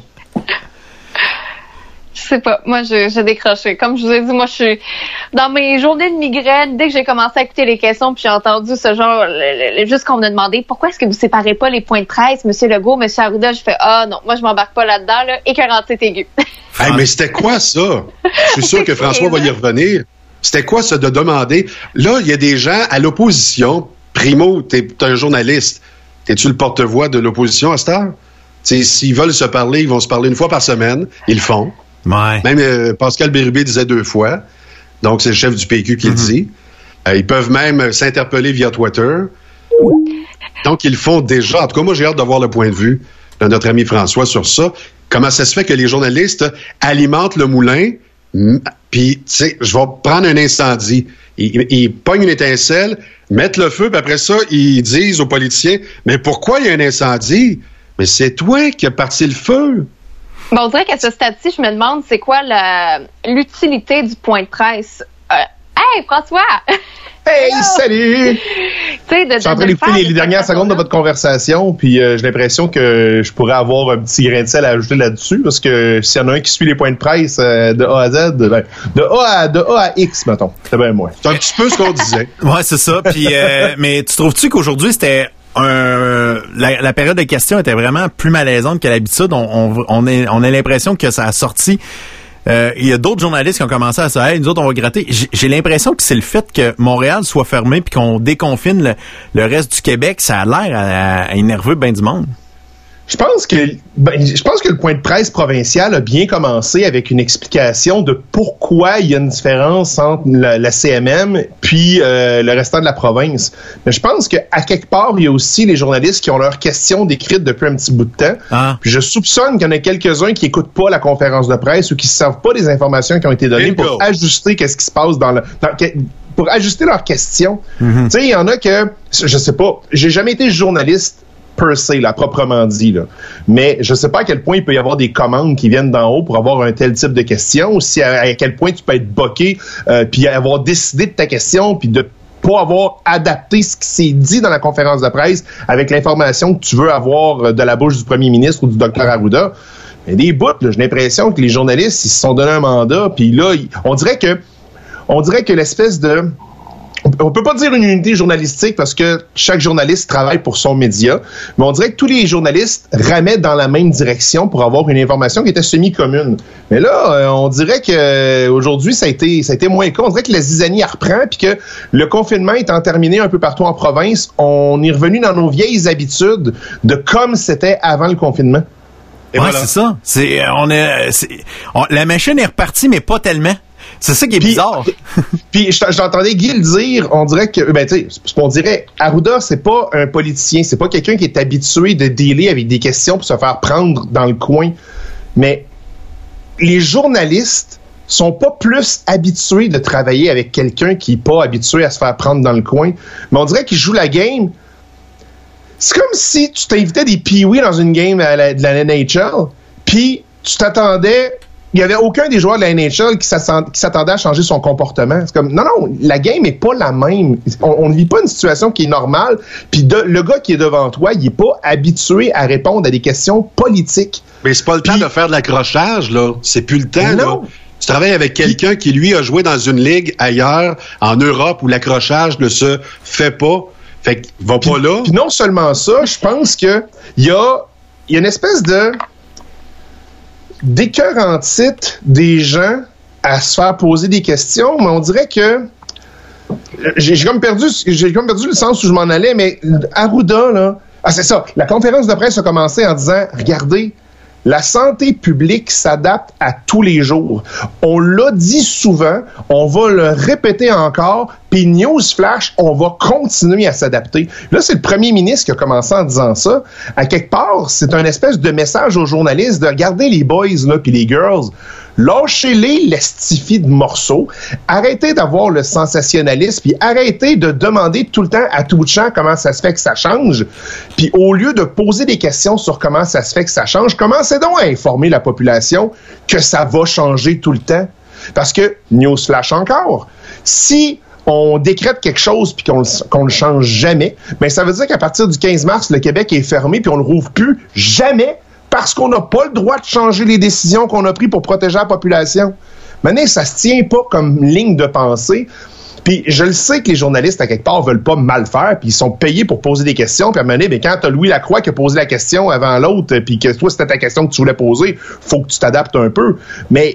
Je sais pas. Moi, j'ai décroché. Comme je vous ai dit, moi, je suis dans mes journées de migraine. Dès que j'ai commencé à écouter les questions, puis j'ai entendu ce genre, juste qu'on me demandé pourquoi est-ce que vous séparez pas les points de presse, Monsieur Legault, Monsieur Arruda, je fais non, moi, je m'embarque pas là-dedans, là. Écœurantite aiguë. Hey, mais c'était quoi ça? Je suis sûr que François va y revenir. C'était quoi ça de demander? Là, il y a des gens à l'opposition. Primo, t'es un journaliste. T'es-tu le porte-voix de l'opposition à cette heure? T'sais, s'ils veulent se parler, ils vont se parler une fois par semaine. Ils le font. Ouais. Même Pascal Bérubé disait 2 fois. Donc, c'est le chef du PQ qui le dit. Ils peuvent même s'interpeller via Twitter. Donc, ils le font déjà. En tout cas, moi, j'ai hâte de voir le point de vue de notre ami François sur ça. Comment ça se fait que les journalistes alimentent le moulin, puis, tu sais, je vais prendre un incendie. Ils pognent une étincelle, mettent le feu, puis après ça, ils disent aux politiciens, mais pourquoi il y a un incendie? Mais c'est toi qui as parti le feu. Bon, on dirait qu'à ce stade-ci, je me demande c'est quoi l'utilité du point de presse. Hey, François! Hey, salut! Je suis en train d'écouter les dernières secondes de votre conversation, puis j'ai l'impression que je pourrais avoir un petit grain de sel à ajouter là-dessus, parce que s'il y en a un qui suit les points de presse de A à Z, de A à X, mettons, c'est bien moi. C'est un petit peu ce qu'on disait. Ouais, c'est ça. Puis, mais tu trouves-tu qu'aujourd'hui, c'était la période de questions était vraiment plus malaisante que l'habitude? On a l'impression que ça a sorti. Il y a d'autres journalistes qui ont commencé à se dire, hey, nous autres, on va gratter. J'ai l'impression que c'est le fait que Montréal soit fermé puis qu'on déconfine le reste du Québec, ça a l'air à énerver bien du monde. Je pense que le point de presse provincial a bien commencé avec une explication de pourquoi il y a une différence entre la CMM puis le restant de la province. Mais je pense qu'à quelque part, il y a aussi les journalistes qui ont leurs questions décrites depuis un petit bout de temps. Ah. Puis je soupçonne qu'il y en a quelques-uns qui écoutent pas la conférence de presse ou qui ne savent pas des informations qui ont été données pour ajuster qu'est-ce qui se passe pour ajuster leurs questions. Mm-hmm. Tu sais, il y en a que, je sais pas, j'ai jamais été journaliste per se, là, proprement dit, là. Mais je sais pas à quel point il peut y avoir des commandes qui viennent d'en haut pour avoir un tel type de question, ou si à quel point tu peux être boqué, puis avoir décidé de ta question, puis de pas avoir adapté ce qui s'est dit dans la conférence de presse avec l'information que tu veux avoir de la bouche du premier ministre ou du docteur Arruda. Mais des bouts, là, j'ai l'impression que les journalistes, ils se sont donné un mandat, puis là, on dirait que l'espèce de... On peut pas dire une unité journalistique parce que chaque journaliste travaille pour son média, mais on dirait que tous les journalistes ramaient dans la même direction pour avoir une information qui était semi-commune. Mais là, on dirait que aujourd'hui ça a été moins cas. On dirait que la zizanie reprend puis que le confinement étant terminé un peu partout en province, on est revenu dans nos vieilles habitudes de comme c'était avant le confinement. Et ouais, voilà. C'est ça. La machine est repartie, mais pas tellement. C'est ça qui est bizarre. Puis j'entendais Guy le dire, on dirait que, on dirait, Arruda, c'est pas un politicien, c'est pas quelqu'un qui est habitué de dealer avec des questions pour se faire prendre dans le coin. Mais les journalistes sont pas plus habitués de travailler avec quelqu'un qui est pas habitué à se faire prendre dans le coin. Mais on dirait qu'ils jouent la game. C'est comme si tu t'invitais des pee-wee dans une game de la NHL, puis tu t'attendais... Il n'y avait aucun des joueurs de la NHL qui s'attendait à changer son comportement. C'est comme, non, la game n'est pas la même. On ne vit pas une situation qui est normale. Puis le gars qui est devant toi, il n'est pas habitué à répondre à des questions politiques. Mais c'est pas le temps de faire de l'accrochage, là. C'est plus le temps, là. Tu travailles avec quelqu'un qui, lui, a joué dans une ligue ailleurs, en Europe, où l'accrochage ne se fait pas. Fait qu'il va pas là. Puis non seulement ça, je pense que il y a une espèce d'écœurantite des gens à se faire poser des questions, mais on dirait que j'ai comme perdu le sens où je m'en allais, mais Arruda, là, c'est ça. La conférence de presse a commencé en disant, regardez, la santé publique s'adapte à tous les jours. On l'a dit souvent, on va le répéter encore, puis newsflash, on va continuer à s'adapter. Là, c'est le premier ministre qui a commencé en disant ça. À quelque part, c'est un espèce de message aux journalistes de regarder les boys là, puis les girls. Lâchez-les l'estifie de morceaux. Arrêtez d'avoir le sensationnalisme, puis arrêtez de demander tout le temps à tout bout de champ comment ça se fait que ça change. Puis au lieu de poser des questions sur comment ça se fait que ça change, commencez donc à informer la population que ça va changer tout le temps. Parce que, newsflash encore, si on décrète quelque chose puis qu'on le change jamais, ben ça veut dire qu'à partir du 15 mars, le Québec est fermé puis on le rouvre plus jamais. Parce qu'on n'a pas le droit de changer les décisions qu'on a prises pour protéger la population. Maintenant, ça se tient pas comme ligne de pensée. Puis je le sais que les journalistes, à quelque part, veulent pas mal faire, puis ils sont payés pour poser des questions. Puis à un moment donné, quand t'as Louis Lacroix qui a posé la question avant l'autre, puis que toi, c'était ta question que tu voulais poser, faut que tu t'adaptes un peu. Mais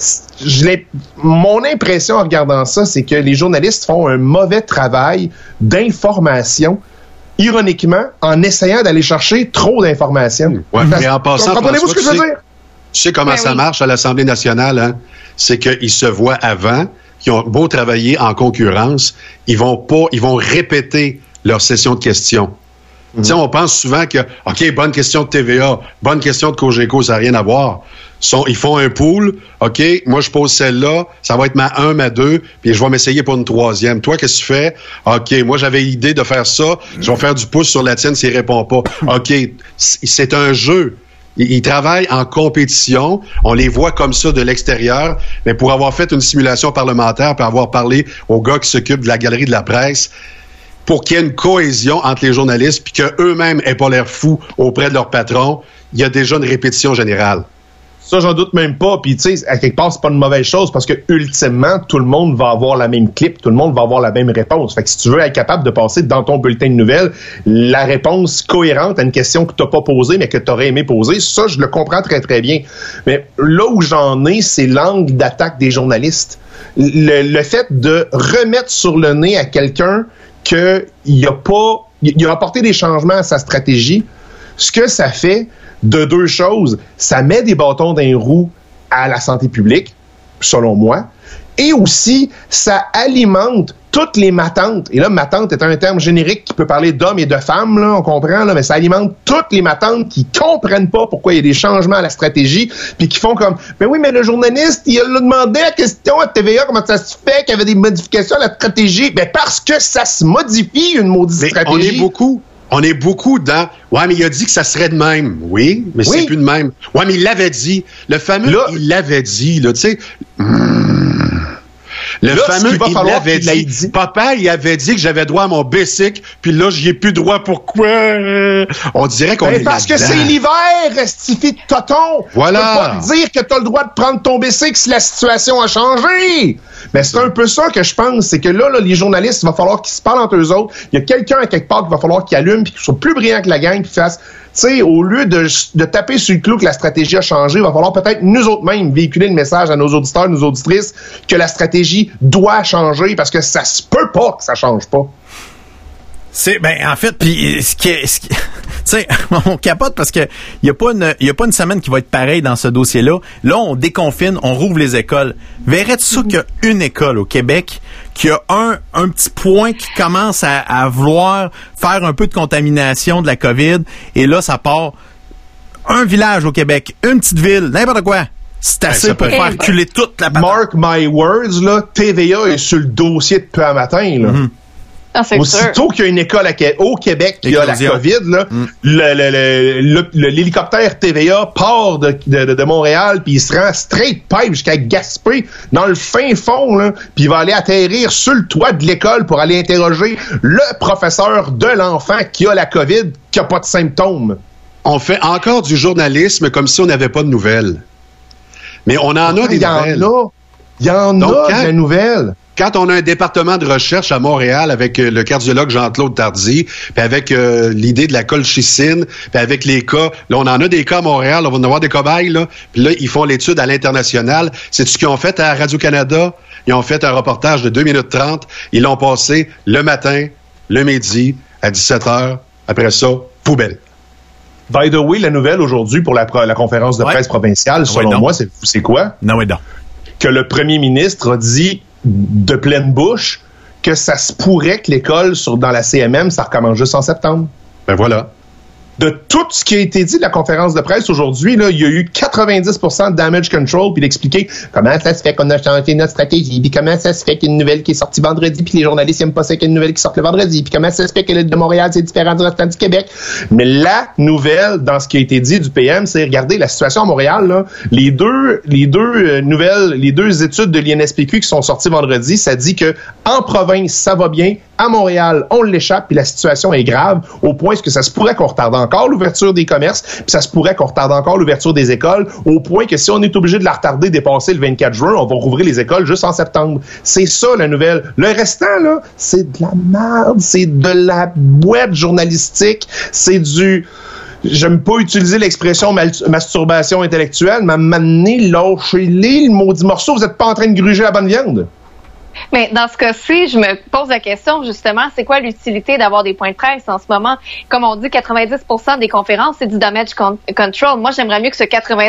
mon impression en regardant ça, c'est que les journalistes font un mauvais travail d'information, ironiquement, en essayant d'aller chercher trop d'informations. Ouais, mais en passant, comprenez-vous ce que je veux dire? Tu sais comment ça marche à l'Assemblée nationale, hein? C'est qu'ils se voient avant, qu'ils ont beau travailler en concurrence, ils vont répéter leur session de questions. Tu sais, on pense souvent que, OK, bonne question de TVA, bonne question de Cogeco, ça n'a rien à voir. Ils font un pool, OK, moi je pose celle-là, ça va être ma 1, ma 2, puis je vais m'essayer pour une 3e. Toi, qu'est-ce que tu fais? OK, moi j'avais l'idée de faire ça, je vais faire du pouce sur la tienne s'il répond pas. OK, c'est un jeu. Ils travaillent en compétition, on les voit comme ça de l'extérieur, mais pour avoir fait une simulation parlementaire, pour avoir parlé aux gars qui s'occupent de la galerie de la presse, pour qu'il y ait une cohésion entre les journalistes puis qu'eux-mêmes aient pas l'air fous auprès de leur patron, il y a déjà une répétition générale. Ça, j'en doute même pas. Puis, tu sais, à quelque part, c'est pas une mauvaise chose parce que, ultimement, tout le monde va avoir la même clip, tout le monde va avoir la même réponse. Fait que si tu veux être capable de passer dans ton bulletin de nouvelles la réponse cohérente à une question que t'as pas posée, mais que t'aurais aimé poser, ça, je le comprends très, très bien. Mais là où j'en ai, c'est l'angle d'attaque des journalistes. Le fait de remettre sur le nez à quelqu'un qu'il a apporté des changements à sa stratégie, ce que ça fait de deux choses, ça met des bâtons dans les roues à la santé publique, selon moi, et aussi, ça alimente toutes les matantes. Et là, matante est un terme générique qui peut parler d'hommes et de femmes, là, on comprend, là, mais ça alimente toutes les matantes qui comprennent pas pourquoi il y a des changements à la stratégie, puis qui font comme, mais oui, mais le journaliste, il a demandé la question à TVA, comment ça se fait qu'il y avait des modifications à la stratégie? Ben, parce que ça se modifie, une maudite stratégie. On est beaucoup dans « Ouais, mais il a dit que ça serait de même. » Oui, mais c'est plus de même. « Ouais, mais il l'avait dit. » Le fameux là, « il l'avait dit », là, tu sais... Le là, fameux « il l'avait dit. » Papa, il avait dit que j'avais droit à mon bicycle, puis là, j'y ai plus droit. Pourquoi? On dirait qu'on est parce que c'est l'hiver, restifie de toton. Voilà. Tu peux pas te dire que t'as le droit de prendre ton bicycle si la situation a changé. Mais c'est un peu ça que je pense, c'est que là, les journalistes, il va falloir qu'ils se parlent entre eux autres. Il y a quelqu'un à quelque part qu'il va falloir qu'il allume puis qu'il soit plus brillant que la gang puis fasse, tu sais, au lieu de taper sur le clou que la stratégie a changé, il va falloir peut-être nous autres mêmes véhiculer le message à nos auditeurs, nos auditrices, que la stratégie doit changer parce que ça se peut pas que ça change pas. En fait, puis tu sais, on capote parce que il y a pas une semaine qui va être pareille dans ce dossier-là. Là, on déconfine, on rouvre les écoles. Verrais-tu ça qu'il y a une école au Québec qui a un petit point qui commence à vouloir faire un peu de contamination de la COVID, et là, ça part un village au Québec, une petite ville, n'importe quoi. C'est assez pour faire culer toute la patate. Mark my words, là, TVA est sur le dossier depuis un matin, là. Mm-hmm. Ah, aussitôt qu'il y a une école au Québec qui a la COVID, là, l'hélicoptère TVA part de Montréal puis il se rend straight pipe jusqu'à Gaspé, dans le fin fond, là, puis il va aller atterrir sur le toit de l'école pour aller interroger le professeur de l'enfant qui a la COVID, qui a pas de symptômes. On fait encore du journalisme comme si on n'avait pas de nouvelles. Mais on en a des nouvelles. Il y en a des nouvelles. Quand on a un département de recherche à Montréal avec le cardiologue Jean-Claude Tardy, puis avec l'idée de la colchicine, puis avec les cas, là, on en a des cas à Montréal, on va en avoir des cobayes, là, puis là, ils font l'étude à l'international. C'est ce qu'ils ont fait à Radio-Canada. Ils ont fait un reportage de 2 minutes 30. Ils l'ont passé le matin, le midi, à 17h. Après ça, poubelle. By the way, la nouvelle aujourd'hui pour la conférence de presse provinciale, selon moi, c'est quoi? Non, oui, non. Que le premier ministre a dit de pleine bouche que ça se pourrait que l'école dans la CMM, ça recommence juste en septembre. Ben voilà. De tout ce qui a été dit de la conférence de presse aujourd'hui, là, il y a eu 90% de damage control, puis d'expliquer comment ça se fait qu'on a changé notre stratégie, puis comment ça se fait qu'il y a une nouvelle qui est sortie vendredi, puis les journalistes n'aiment pas ça qu'il y ait une nouvelle qui sorte le vendredi, puis comment ça se fait que l'île de Montréal, c'est différent du restant du Québec. Mais la nouvelle, dans ce qui a été dit du PM, c'est, regardez, la situation à Montréal, là, les deux études de l'INSPQ qui sont sorties vendredi, ça dit que en province, ça va bien, à Montréal, on l'échappe, puis la situation est grave, au point que ça se pourrait qu'on retarde encore l'ouverture des commerces, puis ça se pourrait qu'on retarde encore l'ouverture des écoles, au point que si on est obligé de la retarder, dépasser le 24 juin, on va rouvrir les écoles juste en septembre. C'est ça, la nouvelle. Le restant, là, c'est de la merde, c'est de la boîte journalistique, c'est du... J'aime pas utiliser l'expression masturbation intellectuelle, mais à m'amener, lâchez-les, le maudit morceau, vous êtes pas en train de gruger la bonne viande. Mais dans ce cas-ci, je me pose la question, justement, c'est quoi l'utilité d'avoir des points de presse en ce moment? Comme on dit, 90% des conférences, c'est du damage control. Moi, j'aimerais mieux que ce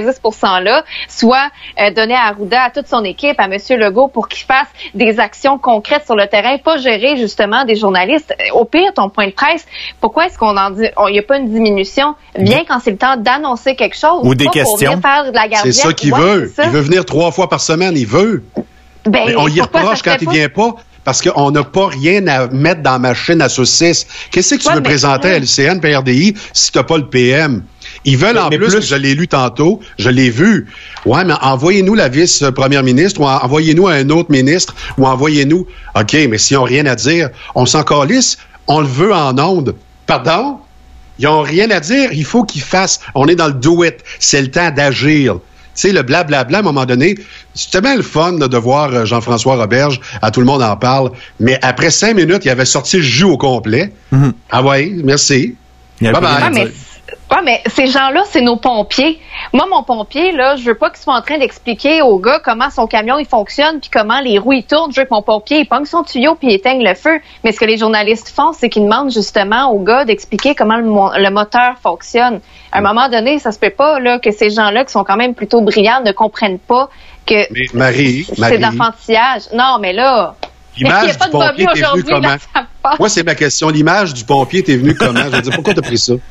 90%-là soit donné à Arruda, à toute son équipe, à M. Legault, pour qu'il fasse des actions concrètes sur le terrain, pas gérer, justement, des journalistes. Au pire, ton point de presse, pourquoi est-ce qu'on en dit, il n'y a pas une diminution? Viens quand c'est le temps d'annoncer quelque chose. Ou des questions. Faire de la gardienne. C'est ça qu'il veut. Il veut venir 3 fois par semaine. Il veut. Mais on y reproche quand il vient pas, parce qu'on n'a pas rien à mettre dans la machine à saucisses. Qu'est-ce que tu veux présenter à LCN, PRDI, si t'as pas le PM? Ils veulent en plus, je l'ai lu tantôt, je l'ai vu. Ouais, mais envoyez-nous la vice-première ministre, ou envoyez-nous un autre ministre, ou envoyez-nous... OK, mais s'ils n'ont rien à dire, on s'en calisse, on le veut en ondes. Pardon? Ils n'ont rien à dire, il faut qu'ils fassent. On est dans le do-it. C'est le temps d'agir. Tu sais, le blablabla, à un moment donné, c'était bien le fun là, de voir Jean-François Roberge, à tout le monde en parle, mais après 5 minutes, il avait sorti le jus au complet. Mm-hmm. Ah ouais, merci. Bye-bye. Mais ces gens-là, c'est nos pompiers. Moi, mon pompier, là, je veux pas qu'ils soient en train d'expliquer au gars comment son camion il fonctionne puis comment les roues ils tournent. Je veux que mon pompier il pogne son tuyau puis il éteigne le feu. Mais ce que les journalistes font, c'est qu'ils demandent justement au gars d'expliquer comment le moteur fonctionne. À un moment donné, ça se peut pas là que ces gens-là qui sont quand même plutôt brillants ne comprennent pas que c'est d'enfantillage. Non, mais là. L'image du pompier t'es venue comment? Là, moi, c'est ma question. L'image du pompier t'es venue comment? Je veux dire, pourquoi t'as pris ça?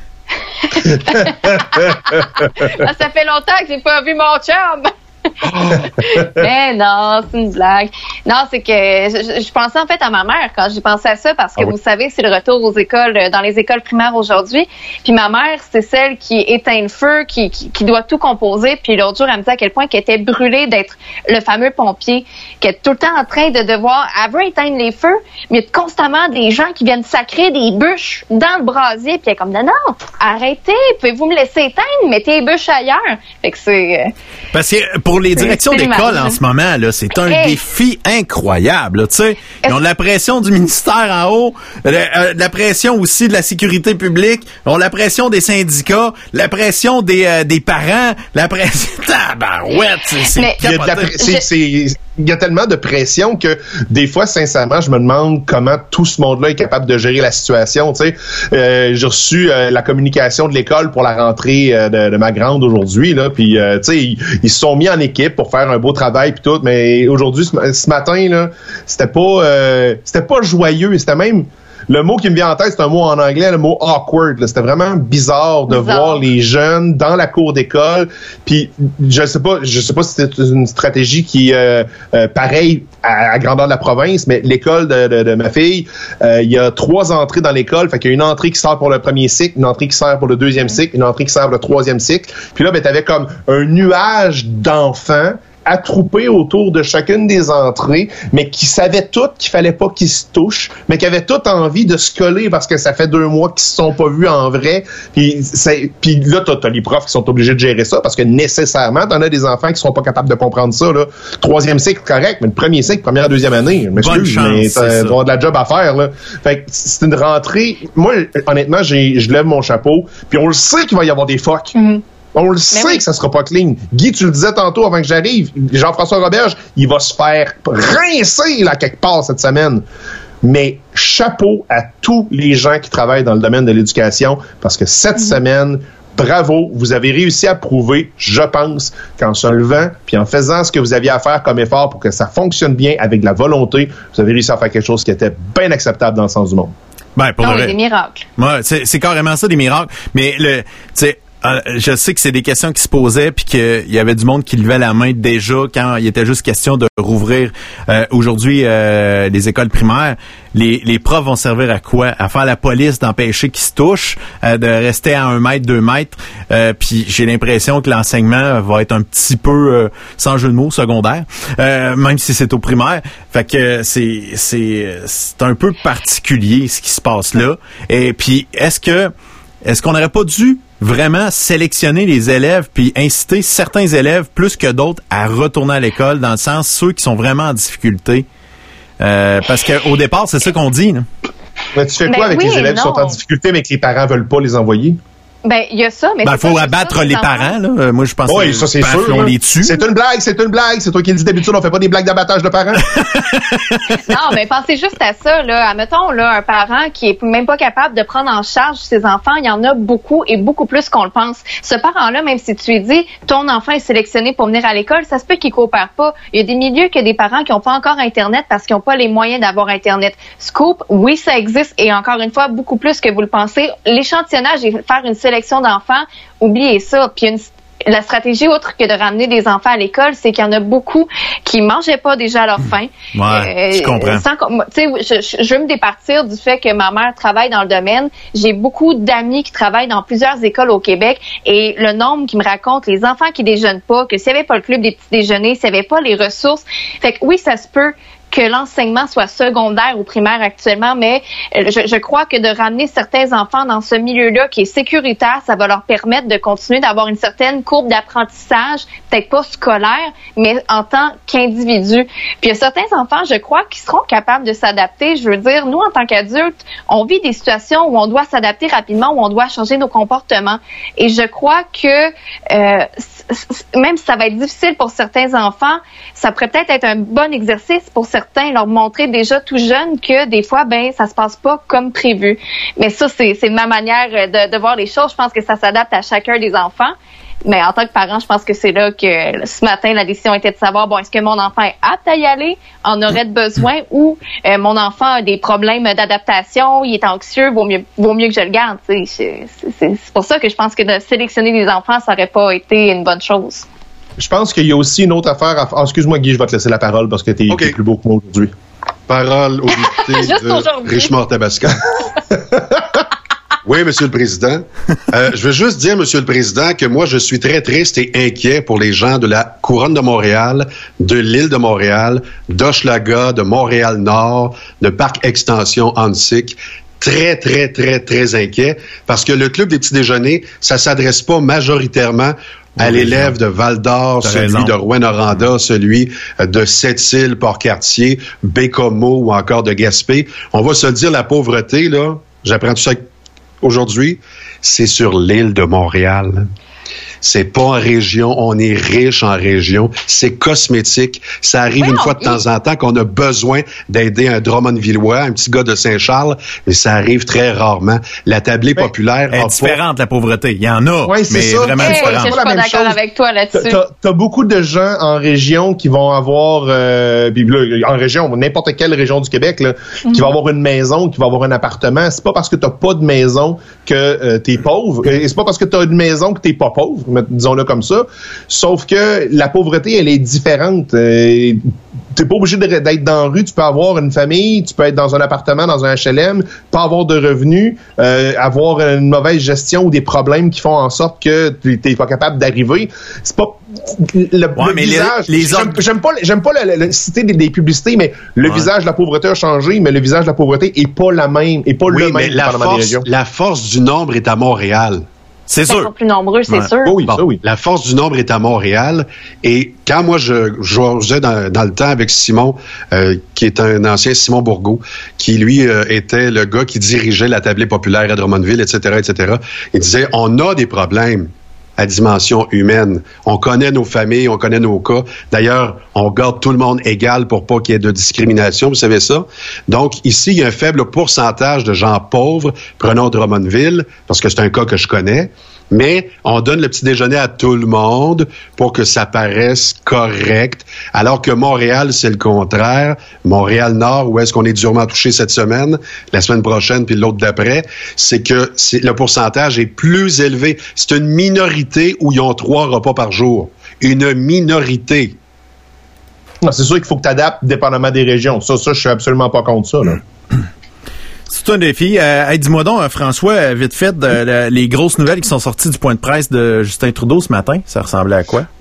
Ça fait longtemps que j'ai pas vu mon chum. Mais non, c'est une blague. Non, c'est que je pensais en fait à ma mère quand j'ai pensé à ça parce que vous savez, c'est le retour aux écoles, dans les écoles primaires aujourd'hui. Puis ma mère, c'est celle qui éteint le feu, qui doit tout composer. Puis l'autre jour, elle me dit à quel point qu'elle était brûlée d'être le fameux pompier, qu'elle est tout le temps en train de devoir, elle veut éteindre les feux, mais il y a constamment des gens qui viennent sacrer des bûches dans le brasier. Puis elle est comme, non, arrêtez, pouvez-vous me laisser éteindre, mettez les bûches ailleurs. Fait que c'est... Parce que pour les directions d'école en ce moment, là, c'est un défi incroyable. Tu sais, ils ont la pression du ministère en haut, la pression aussi de la sécurité publique, ils ont la pression des syndicats, la pression des parents, la pression... Il y a tellement de pression que des fois, sincèrement, je me demande comment tout ce monde-là est capable de gérer la situation. Tu sais, j'ai reçu la communication de l'école pour la rentrée de ma grande aujourd'hui. Là, puis tu sais, ils se sont mis en équipe pour faire un beau travail puis tout. Mais aujourd'hui, ce matin, là, c'était pas joyeux. C'était même le mot qui me vient en tête, c'est un mot en anglais, le mot awkward. Là. C'était vraiment bizarre de voir les jeunes dans la cour d'école. Puis je sais pas si c'est une stratégie qui est pareille à grandeur de la province, mais l'école de ma fille, il y a 3 entrées dans l'école. Fait qu'il y a une entrée qui sert pour le premier cycle, une entrée qui sert pour le deuxième cycle, une entrée qui sert pour le troisième cycle. Puis là, ben, t'avais comme un nuage d'enfants attroupés autour de chacune des entrées, mais qui savaient toutes qu'il fallait pas qu'ils se touchent, mais qui avaient toutes envie de se coller parce que ça fait 2 mois qu'ils se sont pas vus en vrai. Puis là, t'as les profs qui sont obligés de gérer ça parce que nécessairement, t'en as des enfants qui seront pas capables de comprendre ça. Là. 3e cycle, correct, mais le 1er cycle, 1re, 2e année, m'excuse, mais tu vas avoir de la job à faire. Là. Fait que c'est une rentrée. Moi, honnêtement, je lève mon chapeau. Puis on le sait qu'il va y avoir des fucks. On le sait que ça sera pas clean. Guy, tu le disais tantôt avant que j'arrive, Jean-François Roberge, il va se faire rincer là quelque part cette semaine. Mais chapeau à tous les gens qui travaillent dans le domaine de l'éducation, parce que cette semaine, bravo, vous avez réussi à prouver, je pense, qu'en se levant puis en faisant ce que vous aviez à faire comme effort pour que ça fonctionne bien avec de la volonté, vous avez réussi à faire quelque chose qui était bien acceptable dans le sens du monde. Ben, pour des miracles. Ouais, c'est carrément ça, des miracles. Mais je sais que c'est des questions qui se posaient puis qu'il y avait du monde qui levait la main déjà quand il était juste question de rouvrir aujourd'hui les écoles primaires. Les profs vont servir à quoi? À faire la police, d'empêcher qu'ils se touchent, de rester à 1 mètre, 2 mètres. Puis j'ai l'impression que l'enseignement va être un petit peu, sans jeu de mots, secondaire, même si c'est au primaire. Fait que c'est un peu particulier ce qui se passe là. Et puis est-ce qu'on n'aurait pas dû vraiment sélectionner les élèves puis inciter certains élèves plus que d'autres à retourner à l'école, dans le sens ceux qui sont vraiment en difficulté? Parce qu'au départ, c'est ça qu'on dit. Là. Mais tu fais quoi avec les élèves qui sont en difficulté mais que les parents veulent pas les envoyer? Ben, il y a ça, mais faut abattre les parents, là. Moi, je pense que ça, c'est sûr, on les tue. C'est une blague. C'est toi qui le dis d'habitude, on fait pas des blagues d'abattage de parents. Non, mais pensez juste à ça, là. Admettons, là, un parent qui est même pas capable de prendre en charge ses enfants, il y en a beaucoup et beaucoup plus qu'on le pense. Ce parent-là, même si tu lui dis, ton enfant est sélectionné pour venir à l'école, ça se peut qu'il coopère pas. Il y a des milieux que des parents qui ont pas encore Internet parce qu'ils ont pas les moyens d'avoir Internet. Scoop, oui, ça existe et encore une fois, beaucoup plus que vous le pensez. L'échantillonnage et faire une sélection d'enfants, oubliez ça. Puis la stratégie, autre que de ramener des enfants à l'école, c'est qu'il y en a beaucoup qui mangeaient pas déjà à leur faim. Ouais, je comprends. Je veux me départir du fait que ma mère travaille dans le domaine. J'ai beaucoup d'amis qui travaillent dans plusieurs écoles au Québec et le nombre qui me raconte les enfants qui déjeunent pas, que s'il n'y avait pas le club des petits déjeuners, s'il n'y avait pas les ressources. Fait que oui, ça se peut que l'enseignement soit secondaire ou primaire actuellement, mais je crois que de ramener certains enfants dans ce milieu-là qui est sécuritaire, ça va leur permettre de continuer d'avoir une certaine courbe d'apprentissage, peut-être pas scolaire, mais en tant qu'individu. Puis il y a certains enfants, je crois, qui seront capables de s'adapter. Je veux dire, nous, en tant qu'adultes, on vit des situations où on doit s'adapter rapidement, où on doit changer nos comportements. Et je crois que même si ça va être difficile pour certains enfants, ça pourrait peut-être être un bon exercice pour certains, leur montrer déjà tout jeune que des fois, ça se passe pas comme prévu. Mais ça, c'est ma manière de voir les choses. Je pense que ça s'adapte à chacun des enfants. Mais en tant que parent, je pense que c'est là que ce matin, la décision était de savoir, est-ce que mon enfant est apte à y aller, en aurait besoin, ou mon enfant a des problèmes d'adaptation, il est anxieux, vaut mieux que je le garde. C'est pour ça que je pense que de sélectionner les enfants, ça aurait pas été une bonne chose. Je pense qu'il y a aussi une autre affaire à faire. Excuse-moi, Guy, je vais te laisser la parole parce que t'es plus beau que moi aujourd'hui. Parole au député de Richemont-Tabascan. Oui, Monsieur le Président. Je veux juste dire, Monsieur le Président, que moi, je suis très triste et inquiet pour les gens de la Couronne de Montréal, de l'île de Montréal, d'Hochelaga, de Montréal-Nord, de Parc Extension Annecy. Très, très, très, très inquiet parce que le club des petits déjeuners, ça s'adresse pas majoritairement à l'élève de Val-d'Or, celui de Rouyn-Noranda, celui de Sept-Îles, Port-Cartier, Bécomo ou encore de Gaspé. On va se le dire, la pauvreté, là, j'apprends tout ça aujourd'hui, c'est sur l'île de Montréal. C'est pas en région, on est riche en région. C'est cosmétique. Ça arrive une fois de temps en temps qu'on a besoin d'aider un Drummondvillois, un petit gars de Saint-Charles, mais ça arrive très rarement. La tablée populaire est différente, la pauvreté. Il y en a, mais ça. Vraiment différente. Je suis pas d'accord avec toi là-dessus. T'as beaucoup de gens en région qui vont avoir, en région, n'importe quelle région du Québec, là, qui vont avoir une maison, qui vont avoir un appartement. C'est pas parce que t'as pas de maison que t'es pauvre. Et c'est pas parce que t'as une maison que t'es pas pauvre. Disons-le comme ça. Sauf que la pauvreté, elle est différente. t'es pas obligé d'être dans la rue, tu peux avoir une famille, tu peux être dans un appartement, dans un HLM, pas avoir de revenus, avoir une mauvaise gestion ou des problèmes qui font en sorte que t'es pas capable d'arriver. C'est pas le visage. J'aime pas citer des publicités, mais le visage de la pauvreté a changé, mais le visage de la pauvreté est pas la même, est pas le même dépendamment des régions. La force du nombre est à Montréal. C'est sûr. Ils sont plus nombreux, c'est sûr. Oui, bon, ça, oui. La force du nombre est à Montréal. Et quand moi, je jouais dans le temps avec Simon, qui est un ancien Simon Bourgault, qui, lui, était le gars qui dirigeait la tablée populaire à Drummondville, etc., etc., il disait, on a des problèmes à dimension humaine. On connaît nos familles, on connaît nos cas. D'ailleurs, on garde tout le monde égal pour pas qu'il y ait de discrimination, vous savez ça. Donc, ici, il y a un faible pourcentage de gens pauvres. Prenons Drummondville, parce que c'est un cas que je connais. Mais on donne le petit déjeuner à tout le monde pour que ça paraisse correct, alors que Montréal, c'est le contraire. Montréal-Nord, où est-ce qu'on est durement touché cette semaine, la semaine prochaine, puis l'autre d'après, c'est que le pourcentage est plus élevé. C'est une minorité où ils ont 3 repas par jour. Une minorité. Non, c'est sûr qu'il faut que tu adaptes dépendamment des régions. Ça, je suis absolument pas contre ça, là. C'est un défi. Dis-moi donc, François, vite fait, les grosses nouvelles qui sont sorties du point de presse de Justin Trudeau ce matin, ça ressemblait à quoi?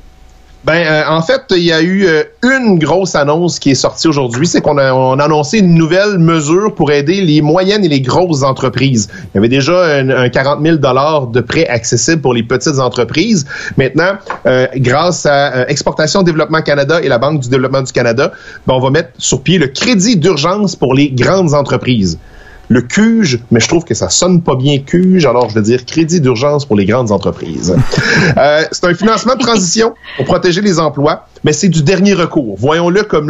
En fait, il y a eu une grosse annonce qui est sortie aujourd'hui, c'est qu'on a annoncé une nouvelle mesure pour aider les moyennes et les grosses entreprises. Il y avait déjà un 40 000 $ de prêts accessibles pour les petites entreprises. Maintenant, grâce à Exportation Développement Canada et la Banque du développement du Canada, on va mettre sur pied le crédit d'urgence pour les grandes entreprises. Le CUGE, mais je trouve que ça sonne pas bien CUGE, alors je vais dire crédit d'urgence pour les grandes entreprises. C'est un financement de transition pour protéger les emplois, mais c'est du dernier recours. Voyons-le comme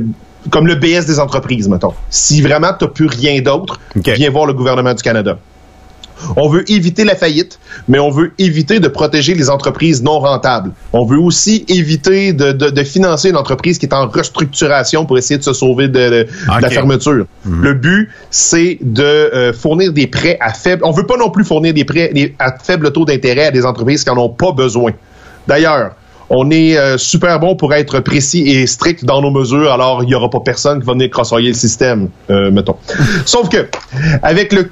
le BS des entreprises, mettons. Si vraiment t'as plus rien d'autre, viens voir le gouvernement du Canada. On veut éviter la faillite, mais on veut éviter de protéger les entreprises non rentables. On veut aussi éviter de financer une entreprise qui est en restructuration pour essayer de se sauver de la fermeture. Mm-hmm. Le but, c'est de fournir des prêts à faible... On veut pas non plus fournir des prêts à faible taux d'intérêt à des entreprises qui n'en ont pas besoin. D'ailleurs, on est super bon pour être précis et strict dans nos mesures, alors il n'y aura pas personne qui va venir crossoyer le système, mettons. Sauf que, avec le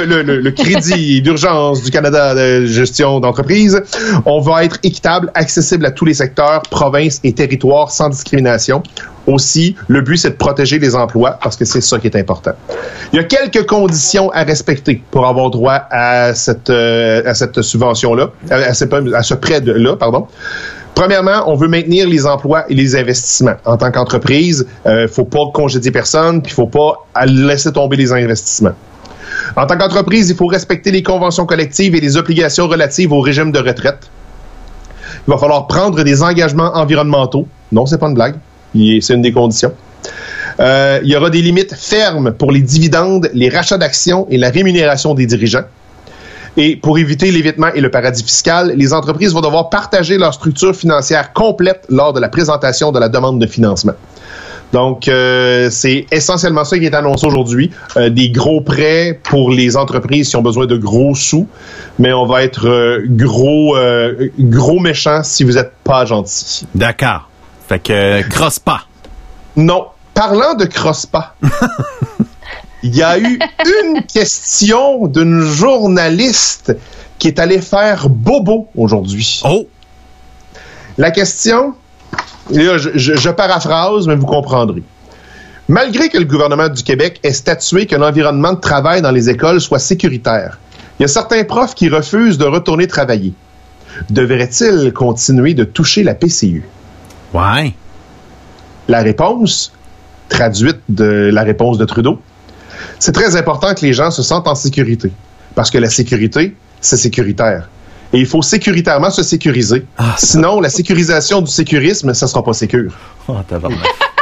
crédit d'urgence du Canada de gestion d'entreprise, on va être équitable, accessible à tous les secteurs, provinces et territoires sans discrimination. Aussi, le but, c'est de protéger les emplois, parce que c'est ça qui est important. Il y a quelques conditions à respecter pour avoir droit à cette subvention-là, à ce prêt-là, pardon. Premièrement, on veut maintenir les emplois et les investissements. En tant qu'entreprise, faut pas congédier personne, puis faut pas laisser tomber les investissements. En tant qu'entreprise, il faut respecter les conventions collectives et les obligations relatives au régime de retraite. Il va falloir prendre des engagements environnementaux. Non, c'est pas une blague. C'est une des conditions. Il y aura des limites fermes pour les dividendes, les rachats d'actions et la rémunération des dirigeants. Et pour éviter l'évitement et le paradis fiscal, les entreprises vont devoir partager leur structure financière complète lors de la présentation de la demande de financement. Donc, c'est essentiellement ça qui est annoncé aujourd'hui. Des gros prêts pour les entreprises qui ont besoin de gros sous, mais on va être gros méchants si vous n'êtes pas gentil. D'accord. Fait que crosse pas. Non. Parlant de crosse pas, il y a eu une question d'une journaliste qui est allée faire bobo aujourd'hui. Oh! La question, là, je paraphrase, mais vous comprendrez. Malgré que le gouvernement du Québec ait statué que l'environnement de travail dans les écoles soit sécuritaire, il y a certains profs qui refusent de retourner travailler. Devraient-ils continuer de toucher la PCU? Ouais. La réponse, traduite de la réponse de Trudeau, c'est très important que les gens se sentent en sécurité. Parce que la sécurité, c'est sécuritaire. Et il faut sécuritairement se sécuriser. Sinon, la sécurisation du sécurisme, ça sera pas sécure. Oh, tabarnak.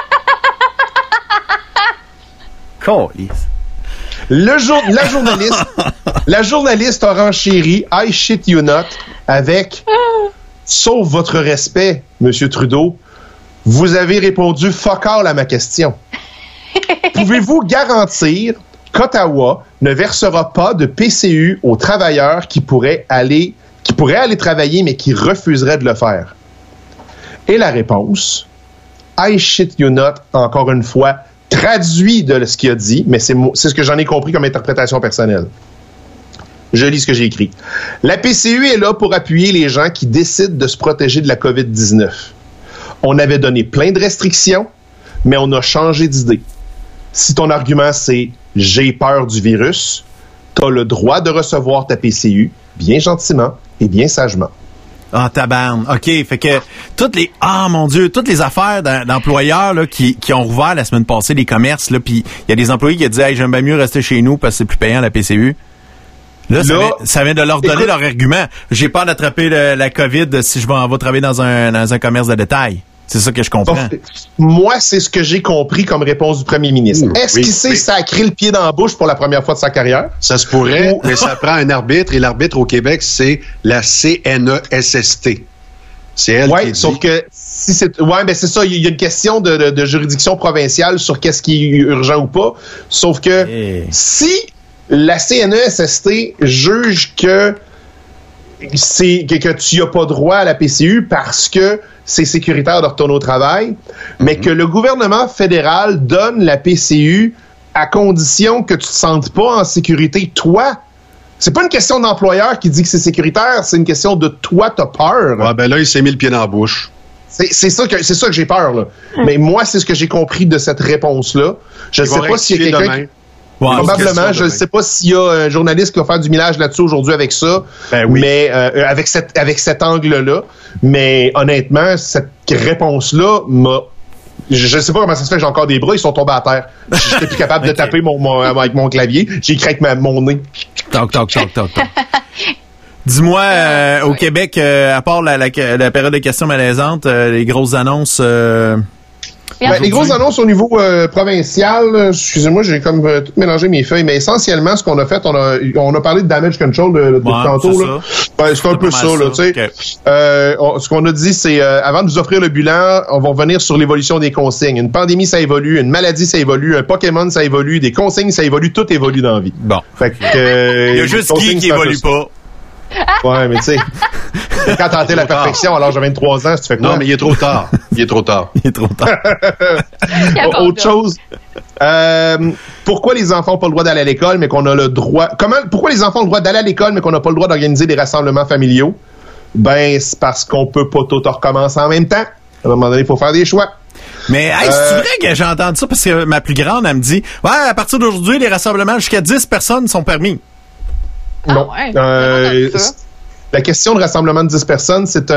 La journaliste a renchéri « I shit you not » avec « Sauf votre respect, Monsieur Trudeau, vous avez répondu fuck all à ma question. Pouvez-vous garantir qu'Ottawa ne versera pas de PCU aux travailleurs qui pourraient aller travailler, mais qui refuseraient de le faire? » Et la réponse, « I shit you not, encore une fois, traduit de ce qu'il a dit, mais c'est ce que j'en ai compris comme interprétation personnelle. Je lis ce que j'ai écrit. La PCU est là pour appuyer les gens qui décident de se protéger de la COVID-19. On avait donné plein de restrictions, mais on a changé d'idée. Si ton argument c'est « j'ai peur du virus », t'as le droit de recevoir ta PCU bien gentiment et bien sagement. Ah, tabarne. OK, fait que toutes les affaires d'employeurs là qui ont rouvert la semaine passée les commerces là, puis il y a des employés qui disaient hey, j'aime bien mieux rester chez nous parce que c'est plus payant la PCU. Là, ça vient de leur donner leur argument. J'ai peur d'attraper la COVID si je vais travailler dans un commerce de détail. C'est ça que je comprends. Moi, c'est ce que j'ai compris comme réponse du premier ministre. Est-ce qu'il s'est sacré le pied dans la bouche pour la première fois de sa carrière? Ça se pourrait, mais ça prend un arbitre, et l'arbitre au Québec, c'est la CNESST. C'est elle qui dit. Sauf que si c'est... Ouais, ben c'est ça, il y a une question de juridiction provinciale sur qu'est-ce qui est urgent ou pas. Sauf que si la CNESST juge que tu n'as pas droit à la PCU parce que c'est sécuritaire de retourner au travail, mais que le gouvernement fédéral donne la PCU à condition que tu te sentes pas en sécurité, toi. C'est pas une question d'employeur qui dit que c'est sécuritaire, c'est une question de toi, t'as peur. Ouais, ben là, il s'est mis le pied dans la bouche. C'est ça que j'ai peur, là. Mais moi, c'est ce que j'ai compris de cette réponse-là. Je ne sais pas s'il y a quelqu'un... Probablement, je ne sais pas s'il y a un journaliste qui va faire du millage là-dessus aujourd'hui avec ça, mais avec cet angle-là. Mais honnêtement, cette réponse-là m'a... Je ne sais pas comment ça se fait que j'ai encore des bras, ils sont tombés à terre. Je n'étais plus capable de taper avec mon clavier. J'ai écrit avec mon nez. Toc. Dis-moi, au Québec, à part la période de questions malaisantes, les grosses annonces... les grosses annonces au niveau provincial, excusez-moi, j'ai comme tout mélangé mes feuilles, mais essentiellement, ce qu'on a fait, on a parlé de damage control depuis tantôt. Là. C'est un peu ça, là, tu sais. Okay. Ce qu'on a dit, c'est avant de vous offrir le bilan, on va revenir sur l'évolution des consignes. Une pandémie, ça évolue, une maladie, ça évolue, un Pokémon, ça évolue, des consignes, ça évolue, tout évolue dans la vie. Bon. Fait que, il y a juste qui évolue pas. Ouais, mais tu sais, quand t'as la perfection à l'âge de 23 ans, si tu fais quoi? Non, mais il est trop tard. Autre chose. Pourquoi les enfants n'ont pas le droit d'aller à l'école, mais qu'on a le droit... Pourquoi les enfants ont le droit d'aller à l'école, mais qu'on n'a pas le droit d'organiser des rassemblements familiaux? Ben, c'est parce qu'on peut pas tout recommencer en même temps. À un moment donné, il faut faire des choix. Mais c'est vrai que j'ai entendu ça, parce que ma plus grande, elle me dit, ouais, à partir d'aujourd'hui, les rassemblements jusqu'à 10 personnes sont permis. Non. La question de rassemblement de 10 personnes, c'est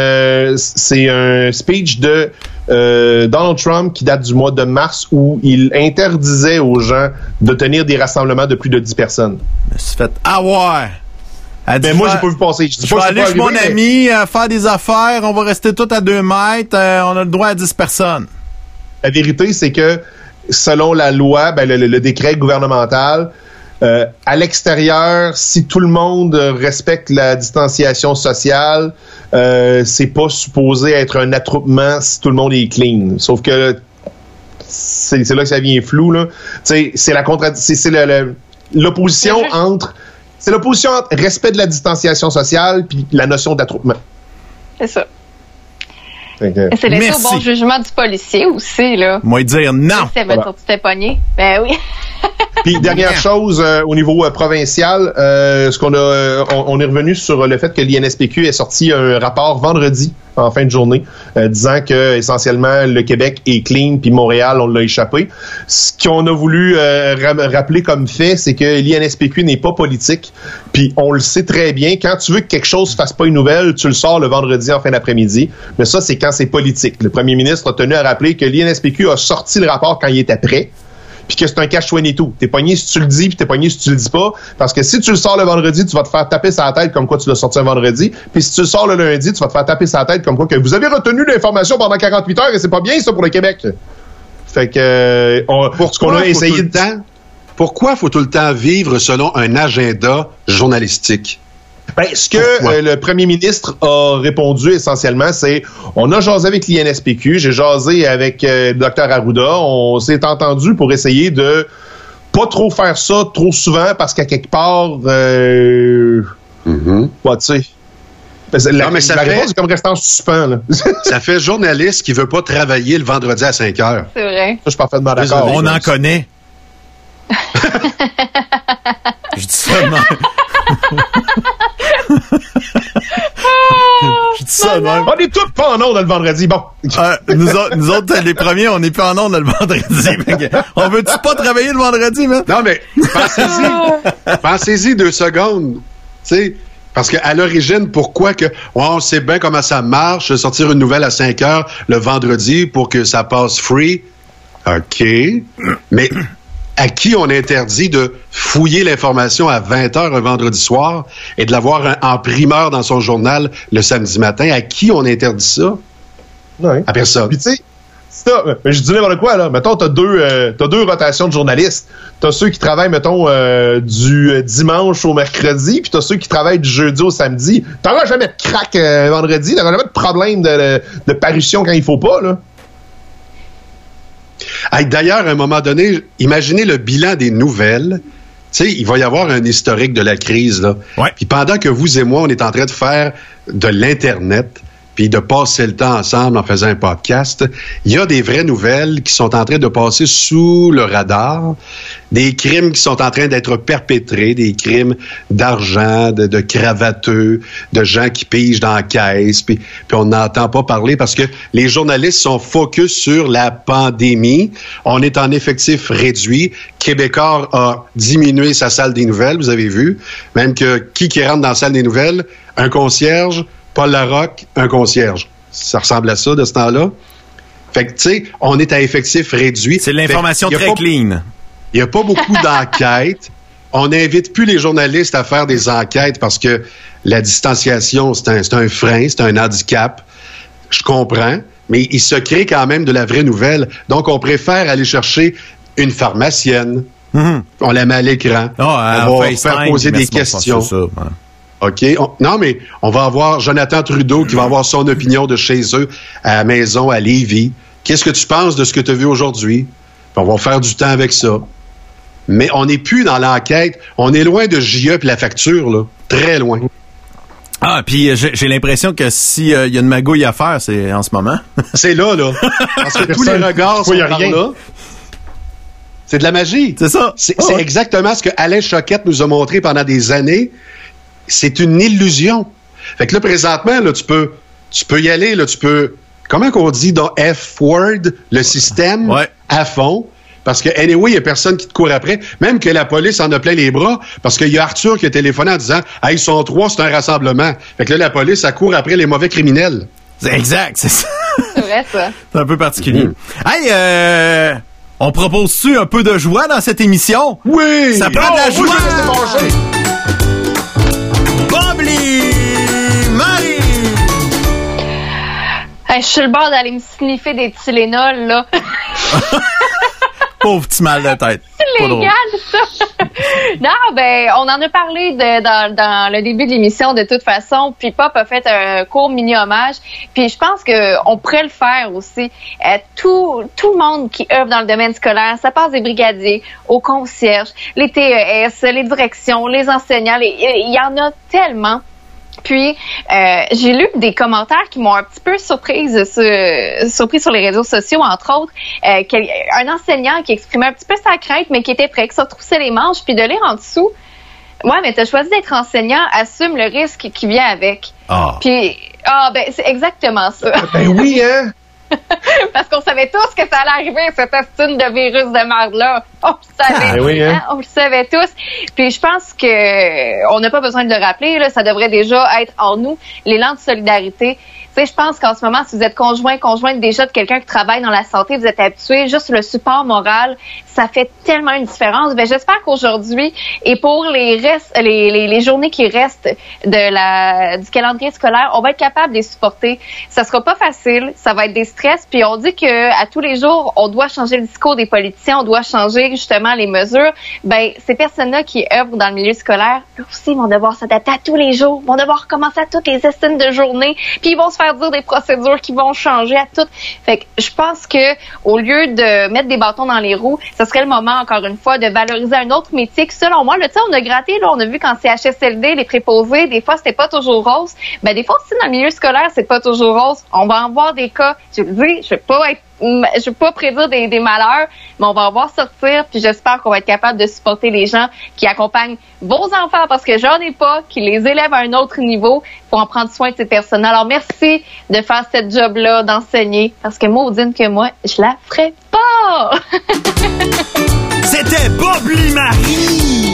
un speech de Donald Trump qui date du mois de mars où il interdisait aux gens de tenir des rassemblements de plus de 10 personnes. C'est fait. Ah ouais! Ben moi, j'ai pas vu passer. Je vais aller chez mon ami, faire des affaires, on va rester tous à 2 mètres, on a le droit à 10 personnes. La vérité, c'est que selon la loi, ben le décret gouvernemental, à l'extérieur, si tout le monde respecte la distanciation sociale, c'est pas supposé être un attroupement si tout le monde est clean. Sauf que c'est là que ça devient flou, là. C'est l'opposition entre respect de la distanciation sociale puis la notion d'attroupement. C'est ça. C'est laissé au bon jugement du policier aussi, là. Moi, dire non. Tu t'es pogné. Ben oui. Puis dernière chose au niveau provincial, ce qu'on a, on est revenu sur le fait que l'INSPQ ait sorti un rapport vendredi en fin de journée, disant que essentiellement le Québec est clean puis Montréal on l'a échappé. Ce qu'on a voulu rappeler comme fait, c'est que l'INSPQ n'est pas politique. Puis on le sait très bien. Quand tu veux que quelque chose fasse pas une nouvelle, tu le sors le vendredi en fin d'après-midi. Mais ça c'est quand c'est politique. Le premier ministre a tenu à rappeler que l'INSPQ a sorti le rapport quand il était prêt. Puis que c'est un catch-22. T'es pogné si tu le dis, puis t'es pogné si tu le dis pas. Parce que si tu le sors le vendredi, tu vas te faire taper sa tête comme quoi tu l'as sorti un vendredi. Puis si tu le sors le lundi, tu vas te faire taper sa tête comme quoi que vous avez retenu l'information pendant 48 heures et c'est pas bien ça pour le Québec. Fait que ce qu'on a essayé de temps. Pourquoi faut tout le temps vivre selon un agenda journalistique? Ben, ce que le premier ministre a répondu essentiellement, c'est on a jasé avec l'INSPQ, j'ai jasé avec le Dr Arruda, on s'est entendu pour essayer de pas trop faire ça trop souvent parce qu'à quelque part, tu sais, La réponse est comme restant en suspens. Là. Ça fait journaliste qui veut pas travailler le vendredi à 5 heures. C'est vrai. Ça, je suis parfaitement d'accord. On en connaît. Je dis ça de même. Je dis ça de même. On est tous pas en ondes le vendredi. Bon. Nous autres, les premiers, on n'est plus en ondes le vendredi. On veut-tu pas travailler le vendredi, man? Non, mais pensez-y 2 secondes. Tu sais, parce qu'à l'origine, pourquoi que on sait bien comment ça marche, sortir une nouvelle à 5 heures le vendredi pour que ça passe free. OK. Mais à qui on interdit de fouiller l'information à 20 heures un vendredi soir et de l'avoir en primeur dans son journal le samedi matin? À qui on interdit ça? Ouais. À personne. Puis tu sais, je dis n'importe quoi, là. Mettons, t'as deux rotations de journalistes. T'as ceux qui travaillent, mettons, du dimanche au mercredi, puis t'as ceux qui travaillent du jeudi au samedi. T'auras jamais de crack vendredi, t'auras jamais de problème de parution quand il faut pas, là. D'ailleurs, à un moment donné, imaginez le bilan des nouvelles. Tu sais, il va y avoir un historique de la crise, là. Ouais. Puis pendant que vous et moi, on est en train de faire de l'Internet, puis de passer le temps ensemble en faisant un podcast, il y a des vraies nouvelles qui sont en train de passer sous le radar, des crimes qui sont en train d'être perpétrés, des crimes d'argent, de cravateux, de gens qui pigent dans la caisse, puis on n'entend pas parler parce que les journalistes sont focus sur la pandémie. On est en effectif réduit. Québécois a diminué sa salle des nouvelles, vous avez vu. Même que qui rentre dans la salle des nouvelles? Un concierge, Paul Larocque, un concierge. Ça ressemble à ça de ce temps-là. Fait que, tu sais, on est à effectif réduit. C'est l'information très clean. Il n'y a pas beaucoup d'enquêtes. On n'invite plus les journalistes à faire des enquêtes parce que la distanciation, c'est un frein, c'est un handicap. Je comprends. Mais il se crée quand même de la vraie nouvelle. Donc, on préfère aller chercher une pharmacienne. Mm-hmm. On la met à l'écran. On va faire poser des questions. OK. Non, mais on va avoir Jonathan Trudeau qui va avoir son opinion de chez eux, à la maison, à Lévis. Qu'est-ce que tu penses de ce que tu as vu aujourd'hui? Puis on va faire du temps avec ça. Mais on n'est plus dans l'enquête. On est loin de JE et la facture, là. Très loin. Ah, puis j'ai l'impression que s'il y a une magouille à faire, c'est en ce moment. C'est là. Parce que tous les regards sont par là. C'est de la magie. C'est ça. C'est exactement ce que Alain Choquette nous a montré pendant des années. C'est une illusion. Fait que là, présentement, là, tu peux y aller, là, comment qu'on dit dans F-word, le système, à fond, parce que, anyway, il n'y a personne qui te court après, même que la police en a plein les bras, parce qu'il y a Arthur qui a téléphoné en disant, « Hey, ils sont 3, c'est un rassemblement. » Fait que là, la police, elle court après les mauvais criminels. C'est exact, c'est ça. C'est vrai, ça. C'est un peu particulier. Hey, on propose-tu un peu de joie dans cette émission? Oui! Ça prend de la joie! Marie! Hey, je suis le bord d'aller me sniffer des Tylenol, là. Pauvre petit mal de tête. C'est légal, ça. Non, ben, on en a parlé dans le début de l'émission, de toute façon. Puis Pop a fait un court mini-hommage. Puis je pense qu'on pourrait le faire aussi. Tout le monde qui œuvre dans le domaine scolaire, ça passe des brigadiers aux concierges, les TES, les directions, les enseignants. Il y en a tellement. Puis, j'ai lu des commentaires qui m'ont un petit peu surpris sur les réseaux sociaux, entre autres. Un enseignant qui exprimait un petit peu sa crainte, mais qui était prêt, qui se retroussait les manches, puis de lire en dessous. Ouais, mais t'as choisi d'être enseignant, assume le risque qui vient avec. Puis, ben, c'est exactement ça. Ben oui, hein? Parce qu'on savait tous que ça allait arriver, cette astune de virus de merde-là. On le savait. Oui, hein? On le savait tous. Puis je pense que on n'a pas besoin de le rappeler, là, ça devrait déjà être en nous, l'élan de solidarité. Tu sais, je pense qu'en ce moment, si vous êtes conjointe déjà de quelqu'un qui travaille dans la santé, vous êtes habitué, juste le support moral, ça fait tellement une différence. Ben, j'espère qu'aujourd'hui, et pour les journées qui restent du calendrier scolaire, on va être capable de les supporter. Ça sera pas facile, ça va être des stress, puis on dit que à tous les jours, on doit changer le discours des politiciens, on doit changer explique justement les mesures, ben ces personnes-là qui œuvrent dans le milieu scolaire, eux aussi vont devoir s'adapter à tous les jours, vont devoir recommencer à toutes les estimes de journée, puis ils vont se faire dire des procédures qui vont changer à toutes. Fait que je pense que au lieu de mettre des bâtons dans les roues, ce serait le moment, encore une fois, de valoriser un autre métier que, selon moi, là, tu sais, on a gratté, là, on a vu qu'en CHSLD, les préposés, des fois, c'était pas toujours rose. Ben, des fois aussi, dans le milieu scolaire, c'est pas toujours rose. On va en voir des cas, je le dis, je veux pas prédire des malheurs, mais on va en voir sortir, puis j'espère qu'on va être capable de supporter les gens qui accompagnent vos enfants, parce que j'en ai pas, qui les élèvent à un autre niveau pour en prendre soin de ces personnes. Alors, merci de faire cette job-là, d'enseigner, parce que maudine que moi, je la ferais pas! C'était Bob Lee-Marie!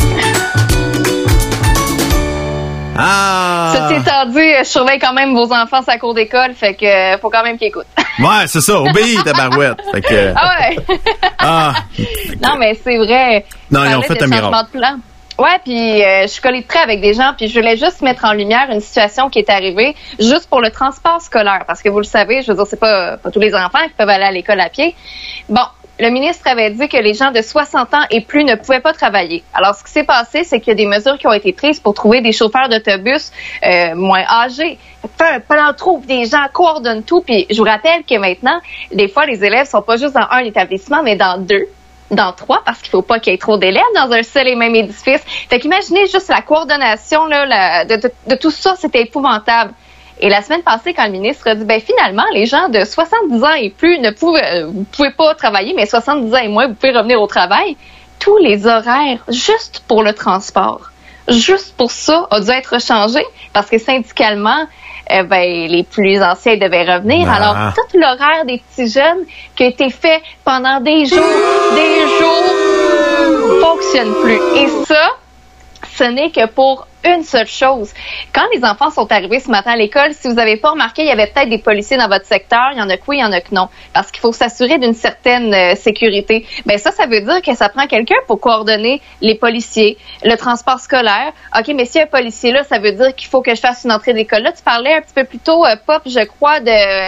Ah! Ceci étant dit, je surveille quand même vos enfants à la cour d'école, fait que faut quand même qu'ils écoutent. Ouais, c'est ça, obéis ta barouette. Fait que... Ah ouais! Non, mais c'est vrai. Non, ils ont fait un miracle. Ouais, puis je suis collée de près avec des gens, puis je voulais juste mettre en lumière une situation qui est arrivée juste pour le transport scolaire, parce que vous le savez, je veux dire, c'est pas tous les enfants qui peuvent aller à l'école à pied. Bon, le ministre avait dit que les gens de 60 ans et plus ne pouvaient pas travailler. Alors, ce qui s'est passé, c'est qu'il y a des mesures qui ont été prises pour trouver des chauffeurs d'autobus moins âgés. Fait un plan, trouve des gens, coordonne tout, puis je vous rappelle que maintenant, des fois, les élèves sont pas juste dans un établissement, mais dans 2. Dans 3, parce qu'il faut pas qu'il y ait trop d'élèves dans un seul et même édifice. Fait qu'imaginez juste la coordination là, de tout ça, c'était épouvantable. Et la semaine passée, quand le ministre a dit, ben finalement, les gens de 70 ans et plus vous pouvez pas travailler, mais 70 ans et moins, vous pouvez revenir au travail. Tous les horaires, juste pour le transport, juste pour ça, a dû être changé, parce que syndicalement, les plus anciens devaient revenir. Alors, tout l'horaire des petits jeunes qui a été fait pendant des jours, fonctionne plus. Et ça, ce n'est que pour une seule chose. Quand les enfants sont arrivés ce matin à l'école, si vous n'avez pas remarqué, il y avait peut-être des policiers dans votre secteur. Il y en a que oui, il y en a que non. Parce qu'il faut s'assurer d'une certaine sécurité. Ben ça veut dire que ça prend quelqu'un pour coordonner les policiers, le transport scolaire. OK, mais s'il y a un policier là, ça veut dire qu'il faut que je fasse une entrée d'école. Là, tu parlais un petit peu plus tôt, Pop, je crois,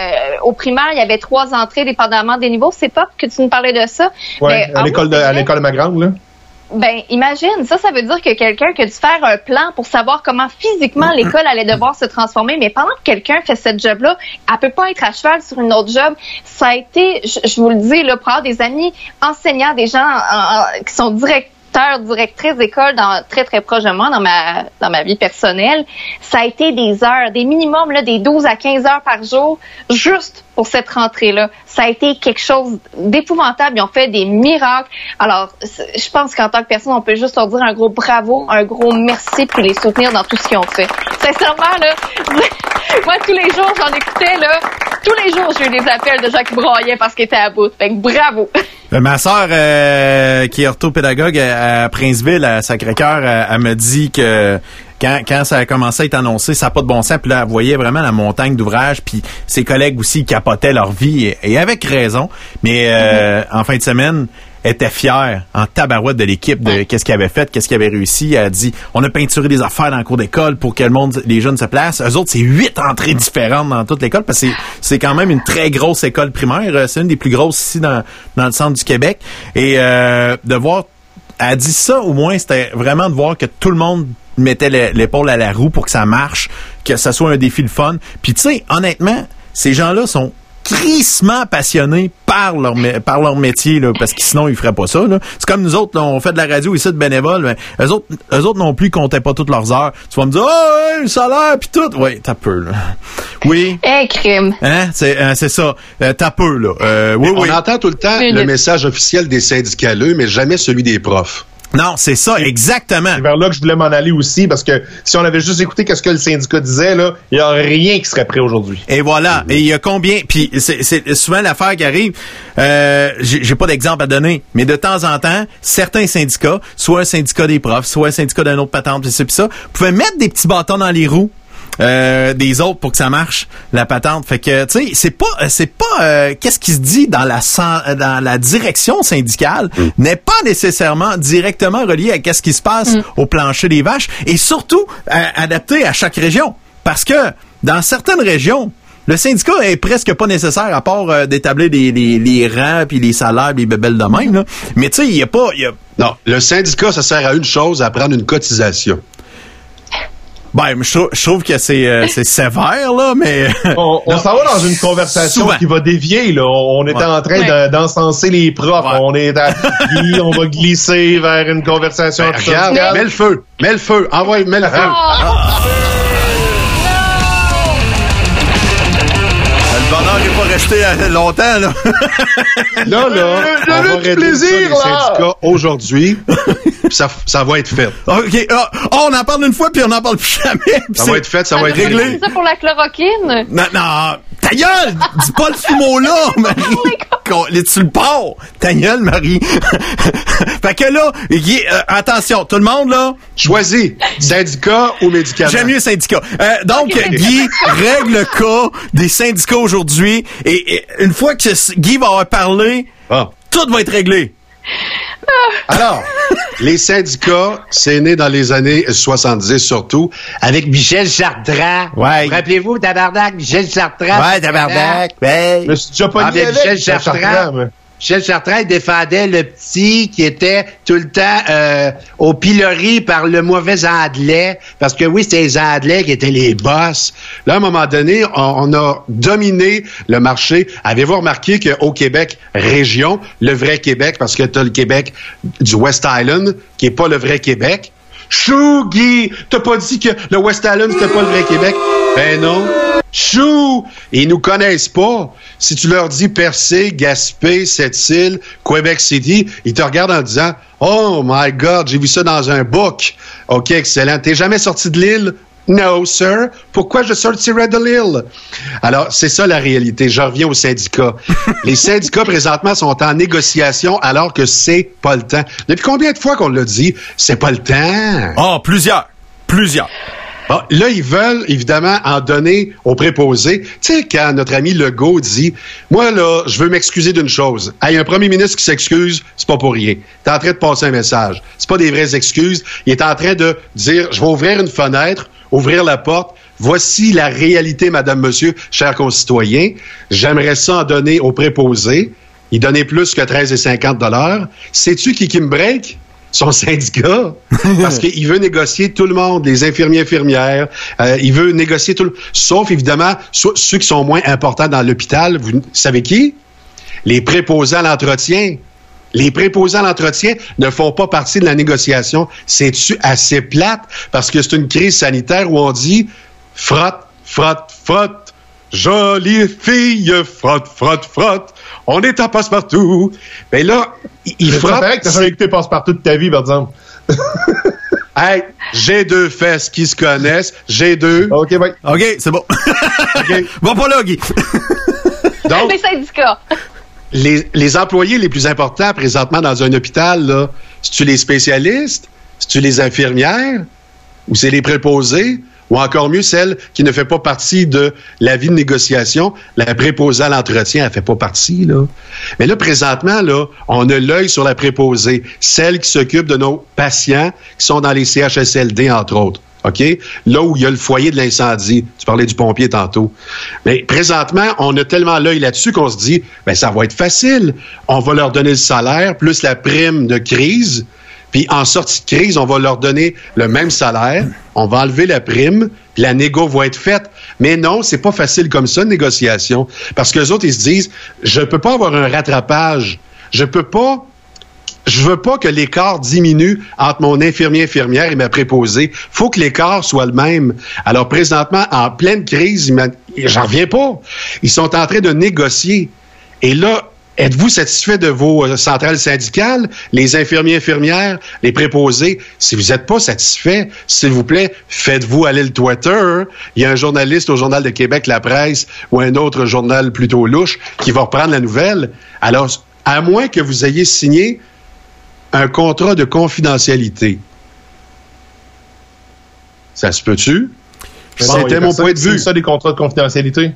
au primaire, il y avait 3 entrées dépendamment des niveaux. C'est Pop que tu nous parlais de ça? Oui, à l'école de ma grande, là. Ben, imagine, ça veut dire que quelqu'un qui a dû faire un plan pour savoir comment physiquement l'école allait devoir se transformer, mais pendant que quelqu'un fait cette job-là, elle peut pas être à cheval sur une autre job. Ça a été, je vous le dis, là, pour avoir des amis enseignants, des gens qui sont directrices d'école très, très proche de moi dans ma vie personnelle, ça a été des heures, des minimums, là, des 12 à 15 heures par jour, juste pour cette rentrée-là. Ça a été quelque chose d'épouvantable. Ils ont fait des miracles. Alors, je pense qu'en tant que personne, on peut juste leur dire un gros bravo, un gros merci, puis les soutenir dans tout ce qu'ils ont fait. Sincèrement, là, moi, tous les jours, j'en écoutais, là, tous les jours, j'ai eu des appels de gens qui braillaient parce qu'ils étaient à bout. Fait que bravo! Ma sœur, qui est orthopédagogue à Princeville, à Sacré-Cœur, elle me dit que quand ça a commencé à être annoncé, ça n'a pas de bon sens, puis là, elle voyait vraiment la montagne d'ouvrages, puis ses collègues aussi capotaient leur vie, et avec raison. Mais en fin de semaine, elle était fière en tabarouette de l'équipe de qu'est-ce qu'il avait fait, qu'est-ce qu'il avait réussi. Elle a dit, on a peinturé des affaires dans le cours d'école pour que les jeunes se placent. Eux autres, c'est 8 entrées différentes dans toute l'école, parce que c'est quand même une très grosse école primaire. C'est une des plus grosses ici dans le centre du Québec. Et de voir, elle a dit ça, au moins, c'était vraiment de voir que tout le monde mettait l'épaule à la roue pour que ça marche, que ça soit un défi le fun. Puis tu sais, honnêtement, ces gens-là sont crissement passionnés par leur métier, là, parce que sinon ils feraient pas ça, là. C'est comme nous autres, là, on fait de la radio ici de bénévoles, mais eux autres non plus comptaient pas toutes leurs heures. Tu vas me dire, oh, le salaire pis tout. Oui, t'as peu, là. Oui. Crime. Hein? C'est ça. T'as peu, là. Oui. On entend tout le temps le message officiel des syndicaleux, mais jamais celui des profs. Non, c'est ça, exactement. C'est vers là que je voulais m'en aller aussi, parce que si on avait juste écouté ce que le syndicat disait, là, il n'y a rien qui serait prêt aujourd'hui. Et voilà. Et il y a combien? Puis c'est souvent l'affaire qui arrive. J'ai pas d'exemple à donner, mais de temps en temps, certains syndicats, soit un syndicat des profs, soit un syndicat d'un autre patente, pis ça, pouvaient mettre des petits bâtons dans les roues des autres pour que ça marche, la patente. Fait que, tu sais, c'est pas qu'est-ce qui se dit dans la direction syndicale n'est pas nécessairement directement relié à qu'est-ce qui se passe au plancher des vaches, et surtout adapté à chaque région. Parce que dans certaines régions, Le syndicat est presque pas nécessaire à part d'établir les rangs puis les salaires puis les bébelles de même, là. Mais tu sais, il y a pas... Non, le syndicat, ça sert à une chose, à prendre une cotisation. Ben, je trouve que c'est sévère, là, mais... On s'en va dans une conversation souvent. qui va dévier, là. On était en train d'encenser les profs. Ouais. On est à... on va glisser vers une conversation. Ben, regarde, mets le feu, mets le feu, envoie, mets le feu. Le bonheur n'est pas resté longtemps, là. Là, on va arrêter plaisir, ça, les là. syndicats aujourd'hui, puis ça va être fait. OK. On en parle une fois, puis on n'en parle plus jamais. Ça va être fait, ça va être réglé. C'est ça pour la chloroquine? Non, ta gueule! Dis pas ce mot-là, Marie! Tu le pars! Ta gueule, Marie! Fait que là, attention, tout le monde, là... Choisis, syndicat ou médicament. J'aime mieux syndicat. Donc, Guy règle le cas des syndicats aujourd'hui, et une fois que Guy va avoir parlé, tout va être réglé. Alors, les syndicats, c'est né dans les années 70 surtout, avec Michel Chartrand. Ouais. Rappelez-vous, tabarnak, Michel Chartrand. Ouais, tabarnak. Ouais. Je me suis déjà pas mais avec Michel Chartrand. Michel Chartrand défendait le petit qui était tout le temps au pilori par le mauvais anglais, parce que oui, c'était les anglais qui étaient les boss. Là, à un moment donné, on a dominé le marché. Avez-vous remarqué qu'au Québec, région, le vrai Québec, parce que t'as le Québec du West Island, qui est pas le vrai Québec. Chou, Guy, t'as pas dit que le West Island, c'était pas le vrai Québec? Ben non. Chou! Ils nous connaissent pas. Si tu leur dis Percé, Gaspé, Sept-Îles, Québec City, ils te regardent en disant « Oh my God, j'ai vu ça dans un book. » OK, excellent. T'es jamais sorti de l'île? No, sir. Pourquoi je sortirais de l'île? Alors, c'est ça la réalité. Je reviens aux syndicats. Les syndicats, présentement, sont en négociation alors que c'est pas le temps. Depuis combien de fois qu'on l'a dit? C'est pas le temps. Ah, plusieurs. Bon, là, ils veulent, évidemment, en donner aux préposés. Tu sais, quand notre ami Legault dit « Moi, là, je veux m'excuser d'une chose. Hey, un premier ministre qui s'excuse, c'est pas pour rien. T'es en train de passer un message. C'est pas des vraies excuses. Il est en train de dire « Je vais ouvrir une fenêtre, ouvrir la porte. Voici la réalité, madame, monsieur, chers concitoyens. J'aimerais ça en donner aux préposés. Il donnait plus que 13,50 $. Sais-tu qui me break? Son syndicat, parce qu'il veut négocier tout le monde, les infirmiers, infirmières, il veut négocier tout le monde, sauf évidemment ceux qui sont moins importants dans l'hôpital. Vous savez qui? Les préposés à l'entretien. Les préposés à l'entretien ne font pas partie de la négociation. C'est-tu assez plate? Parce que c'est une crise sanitaire où on dit frotte, frotte, frotte, jolie fille, frotte, frotte, frotte. On est en passe-partout. Mais là, il frappe. C'est vrai que t'as jamais écouté passe-partout de ta vie, par exemple. Hey, j'ai deux fesses qui se connaissent. J'ai deux. OK, bye. OK, c'est bon. OK. Va pas là, Guy. Donc, Les syndicats. les employés les plus importants présentement dans un hôpital, là, c'est-tu les spécialistes? C'est-tu les infirmières? Ou c'est les préposés? Ou encore mieux, celle qui ne fait pas partie de la vie de négociation, la préposée à l'entretien, elle fait pas partie, là. Mais là, présentement, là, on a l'œil sur la préposée, celle qui s'occupe de nos patients qui sont dans les CHSLD, entre autres. OK? Là où il y a le foyer de l'incendie. Tu parlais du pompier tantôt. Mais présentement, on a tellement l'œil là-dessus qu'on se dit, ben ça va être facile. On va leur donner le salaire plus la prime de crise. Puis en sortie de crise, on va leur donner le même salaire, on va enlever la prime, puis la négo va être faite. Mais non, c'est pas facile comme ça, une négociation. Parce que les autres, ils se disent, je peux pas avoir un rattrapage. Je veux pas que l'écart diminue entre mon infirmière et ma préposée. Faut que l'écart soit le même. Alors présentement, en pleine crise, j'en reviens pas. Ils sont en train de négocier. Et là, êtes-vous satisfait de vos centrales syndicales, les infirmières, les préposés? Si vous n'êtes pas satisfait, s'il vous plaît, faites-vous aller le Twitter. Il y a un journaliste au Journal de Québec, La Presse, ou un autre journal plutôt louche, qui va reprendre la nouvelle. Alors, à moins que vous ayez signé un contrat de confidentialité. Ça se peut-tu? C'était mon point de vue. C'est ça, des contrats de confidentialité?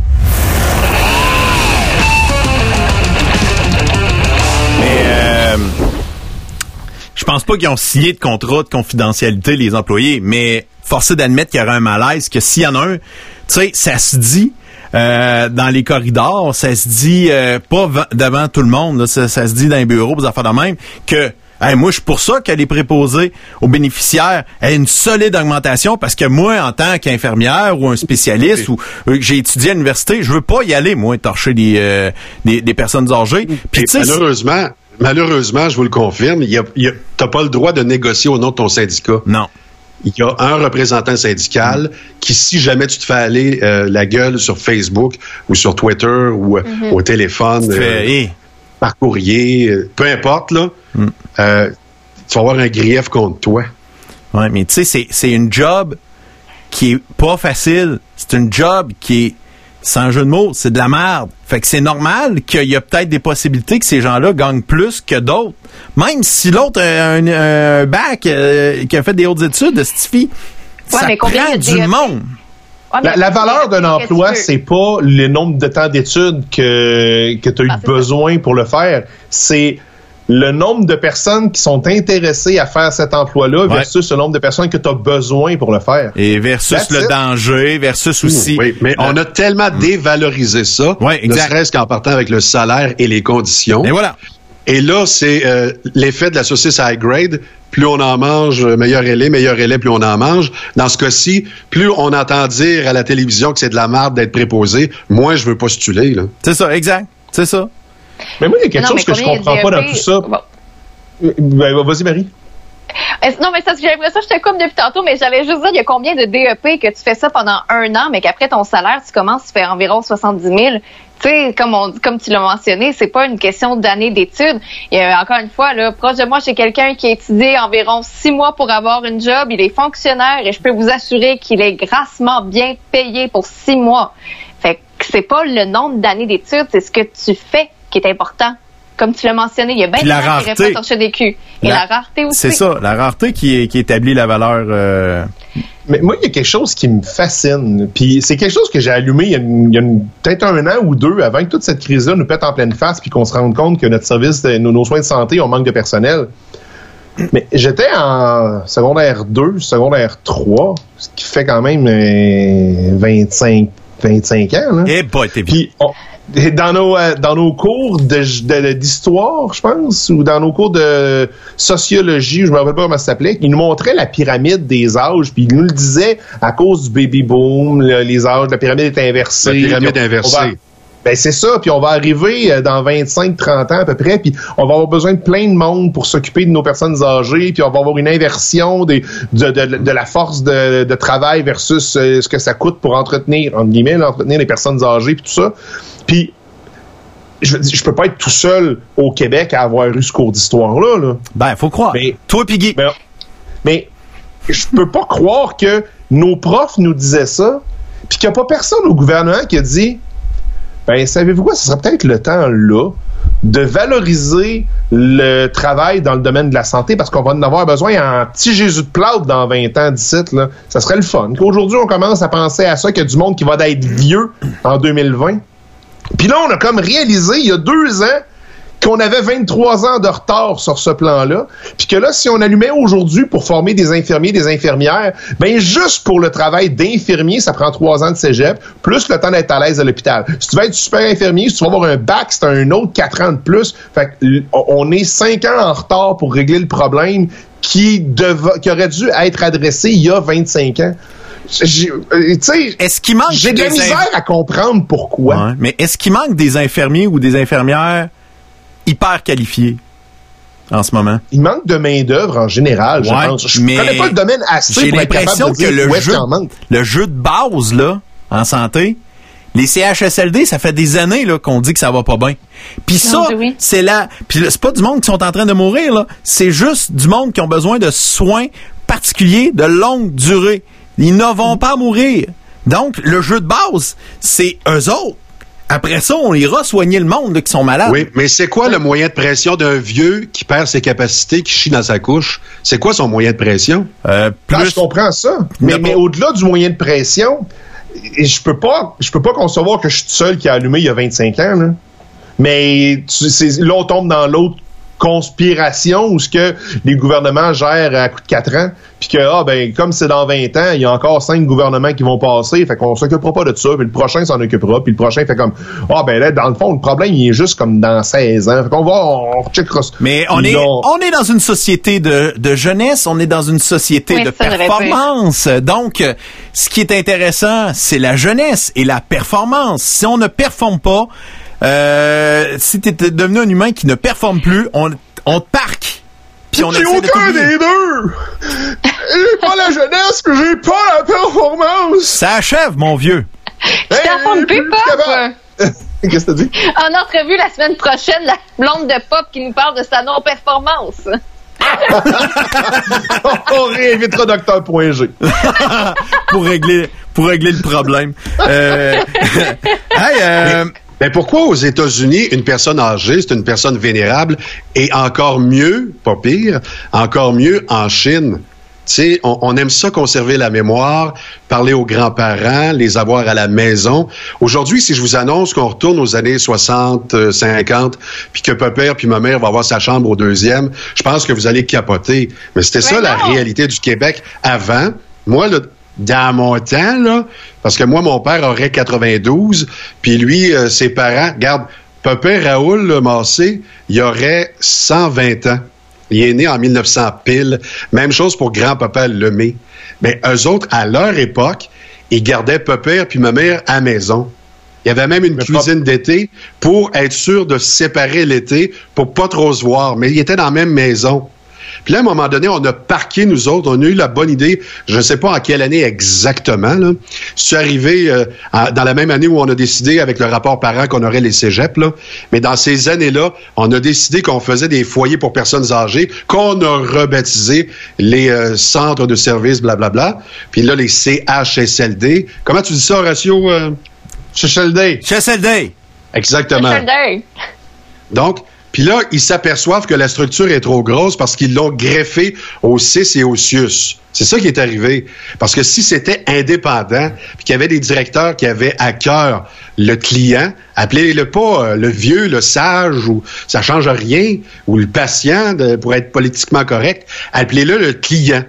Je pense pas qu'ils ont signé de contrat de confidentialité, les employés, mais force est d'admettre qu'il y aura un malaise, que s'il y en a un, tu sais, ça se dit, dans les corridors, ça se dit pas devant tout le monde, là, ça se dit dans les bureaux, des affaires de même, que hey, moi, je suis pour ça que les préposés aux bénéficiaires aient une solide augmentation parce que moi, en tant qu'infirmière ou un spécialiste ou j'ai étudié à l'université, je veux pas y aller, moi, torcher des personnes âgées. Puis, malheureusement, je vous le confirme, t'as pas le droit de négocier au nom de ton syndicat. Non. Il y a un représentant syndical qui, si jamais tu te fais aller la gueule sur Facebook ou sur Twitter ou au téléphone, par courrier, peu importe, là, tu vas avoir un grief contre toi. Ouais, mais tu sais, c'est une job qui est pas facile. C'est une job qui est, sans jeu de mots, c'est de la merde. Fait que c'est normal qu'il y a peut-être des possibilités que ces gens-là gagnent plus que d'autres. Même si l'autre a un bac qui a fait des hautes études de Stifi, ça prend du monde. Ouais, la valeur d'un emploi, c'est pas le nombre de temps d'études que tu as eu besoin pour le faire. C'est le nombre de personnes qui sont intéressées à faire cet emploi-là versus le nombre de personnes que tu as besoin pour le faire. Et versus le danger, versus aussi... Oui, mais on a tellement dévalorisé ça, ne serait-ce qu'en partant avec le salaire et les conditions. Et voilà. Et là, c'est l'effet de la saucisse high grade. Plus on en mange, meilleur elle est, plus on en mange. Dans ce cas-ci, plus on entend dire à la télévision que c'est de la merde d'être préposé, moins je veux postuler, là. C'est ça, exact. C'est ça. Mais moi, il y a quelque chose que je comprends pas dans tout ça. Bon. Ben, vas-y, Marie. Non, mais ça, j'aimerais ça, je te coupe depuis tantôt, mais j'allais juste dire, il y a combien de DEP que tu fais ça pendant 1 an, mais qu'après ton salaire, tu commences, tu fais environ 70 000. Tu sais, comme tu l'as mentionné, c'est pas une question d'année d'études. Il y a, encore une fois, là, proche de moi, j'ai quelqu'un qui a étudié environ 6 mois pour avoir une job. Il est fonctionnaire et je peux vous assurer qu'il est grassement bien payé pour 6 mois. Fait que c'est pas le nombre d'années d'études, c'est ce que tu fais qui est important. Comme tu l'as mentionné, il y a bien des gens qui répondent sur des culs. Et la rareté aussi. C'est ça, la rareté qui établit la valeur. Mais moi, il y a quelque chose qui me fascine. Puis c'est quelque chose que j'ai allumé il y a peut-être 1 an ou 2 avant que toute cette crise-là nous pète en pleine face puis qu'on se rende compte que notre service, nos soins de santé, on manque de personnel. Mais j'étais en secondaire 2, secondaire 3, ce qui fait quand même 25 ans. Là. Eh bah, t'es puis dans nos cours d'histoire, je pense, ou dans nos cours de sociologie, je me rappelle pas comment ça s'appelait, ils nous montraient la pyramide des âges, puis ils nous le disaient à cause du baby boom, les âges, la pyramide est inversée. La pyramide inversée. Ben c'est ça, puis on va arriver dans 25-30 ans à peu près, puis on va avoir besoin de plein de monde pour s'occuper de nos personnes âgées, puis on va avoir une inversion de la force de travail versus ce que ça coûte pour entretenir, entre guillemets, entretenir les personnes âgées, puis tout ça. Puis je peux pas être tout seul au Québec à avoir eu ce cours d'histoire-là. Là. Ben, faut croire. Mais, toi pis Guy. Mais je peux pas croire que nos profs nous disaient ça, puis qu'il n'y a pas personne au gouvernement qui a dit ben, savez-vous quoi, ce serait peut-être le temps, là, de valoriser le travail dans le domaine de la santé parce qu'on va en avoir besoin en petit Jésus de plâtre dans 20 ans d'ici, là. Ça serait le fun. Qu'aujourd'hui, on commence à penser à ça, qu'il y a du monde qui va être vieux en 2020. Puis là, on a comme réalisé, il y a 2 ans, qu'on avait 23 ans de retard sur ce plan-là, puis que là, si on allumait aujourd'hui pour former des infirmiers, des infirmières, ben juste pour le travail d'infirmier, ça prend 3 ans de cégep, plus le temps d'être à l'aise à l'hôpital. Si tu vas être super infirmier, si tu vas avoir un bac, c'est un autre 4 ans de plus. Fait que on est 5 ans en retard pour régler le problème qui aurait dû être adressé il y a 25 ans. Est-ce qu'il manque j'ai de la misère à comprendre pourquoi. Ouais, mais est-ce qu'il manque des infirmiers ou des infirmières hyper qualifiés en ce moment? Il manque de main-d'œuvre en général, je pense. Je connais pas le domaine assez pour être capable de dire où est-ce qu'il en manque. Le jeu de base, là, en santé, les CHSLD, ça fait des années là, qu'on dit que ça va pas bien. Puis ça, c'est là. Puis c'est pas du monde qui sont en train de mourir, là. C'est juste du monde qui ont besoin de soins particuliers de longue durée. Ils ne vont pas mourir. Donc, le jeu de base, c'est eux autres. Après ça, on ira soigner le monde là, qui sont malades. Oui, mais c'est quoi le moyen de pression d'un vieux qui perd ses capacités, qui chie dans sa couche? C'est quoi son moyen de pression? Je comprends ça. Mais au-delà du moyen de pression, je peux pas concevoir que je suis tout seul qui a allumé il y a 25 ans. Là. Mais là, on tombe dans l'autre conspiration où ce que les gouvernements gèrent à coup de 4 ans, puis que comme c'est dans 20 ans, il y a encore 5 gouvernements qui vont passer, fait qu'on s'occupera pas de ça, puis le prochain s'en occupera, puis le prochain fait comme là dans le fond le problème il est juste comme dans 16 ans. Fait qu'on on checkera ça. Mais on est dans une société de jeunesse, on est dans une société de performance. Donc ce qui est intéressant, c'est la jeunesse et la performance. Si on ne performe pas, si t'es devenu un humain qui ne performe plus, on te parque. Puis on essaie de aucun des deux! J'ai pas la jeunesse, puis j'ai pas la performance! Ça achève, mon vieux! Tu performes plus, Pop! Qu'est-ce que t'as dit? En entrevue la semaine prochaine, la blonde de Pop qui nous parle de sa non-performance. On réinvitera Dr.G. pour régler le problème. Mais pourquoi aux États-Unis, une personne âgée, c'est une personne vénérable, et encore mieux, pas pire, encore mieux en Chine? Tu sais, on aime ça conserver la mémoire, parler aux grands-parents, les avoir à la maison. Aujourd'hui, si je vous annonce qu'on retourne aux années 60, 50, puis que papa puis ma mère va avoir sa chambre au 2e, je pense que vous allez capoter. Mais c'était ça la réalité du Québec avant. Moi, dans mon temps, là, parce que moi, mon père aurait 92, puis lui, ses parents, regarde, papa Raoul Massé, il aurait 120 ans. Il est né en 1900 pile. Même chose pour grand-papa Lemay. Mais eux autres, à leur époque, ils gardaient papa puis ma mère à la maison. Il y avait même une cuisine d'été pour être sûr de se séparer l'été, pour pas trop se voir. Mais ils étaient dans la même maison. Puis là, à un moment donné, on a parqué, nous autres, on a eu la bonne idée, je ne sais pas en quelle année exactement, là. C'est arrivé dans la même année où on a décidé, avec le rapport parent, qu'on aurait les cégeps, là. Mais dans ces années-là, on a décidé qu'on faisait des foyers pour personnes âgées, qu'on a rebaptisé les centres de services, blablabla. Puis là, les CHSLD. Comment tu dis ça, Horacio? CHSLD. CHSLD. Exactement. CHSLD. Donc, puis là, ils s'aperçoivent que la structure est trop grosse parce qu'ils l'ont greffé au CIS et au CIUS. C'est ça qui est arrivé. Parce que si c'était indépendant, puis qu'il y avait des directeurs qui avaient à cœur le client, appelez-le pas le vieux, le sage, ou ça change rien, ou le patient, pour être politiquement correct, appelez-le le client.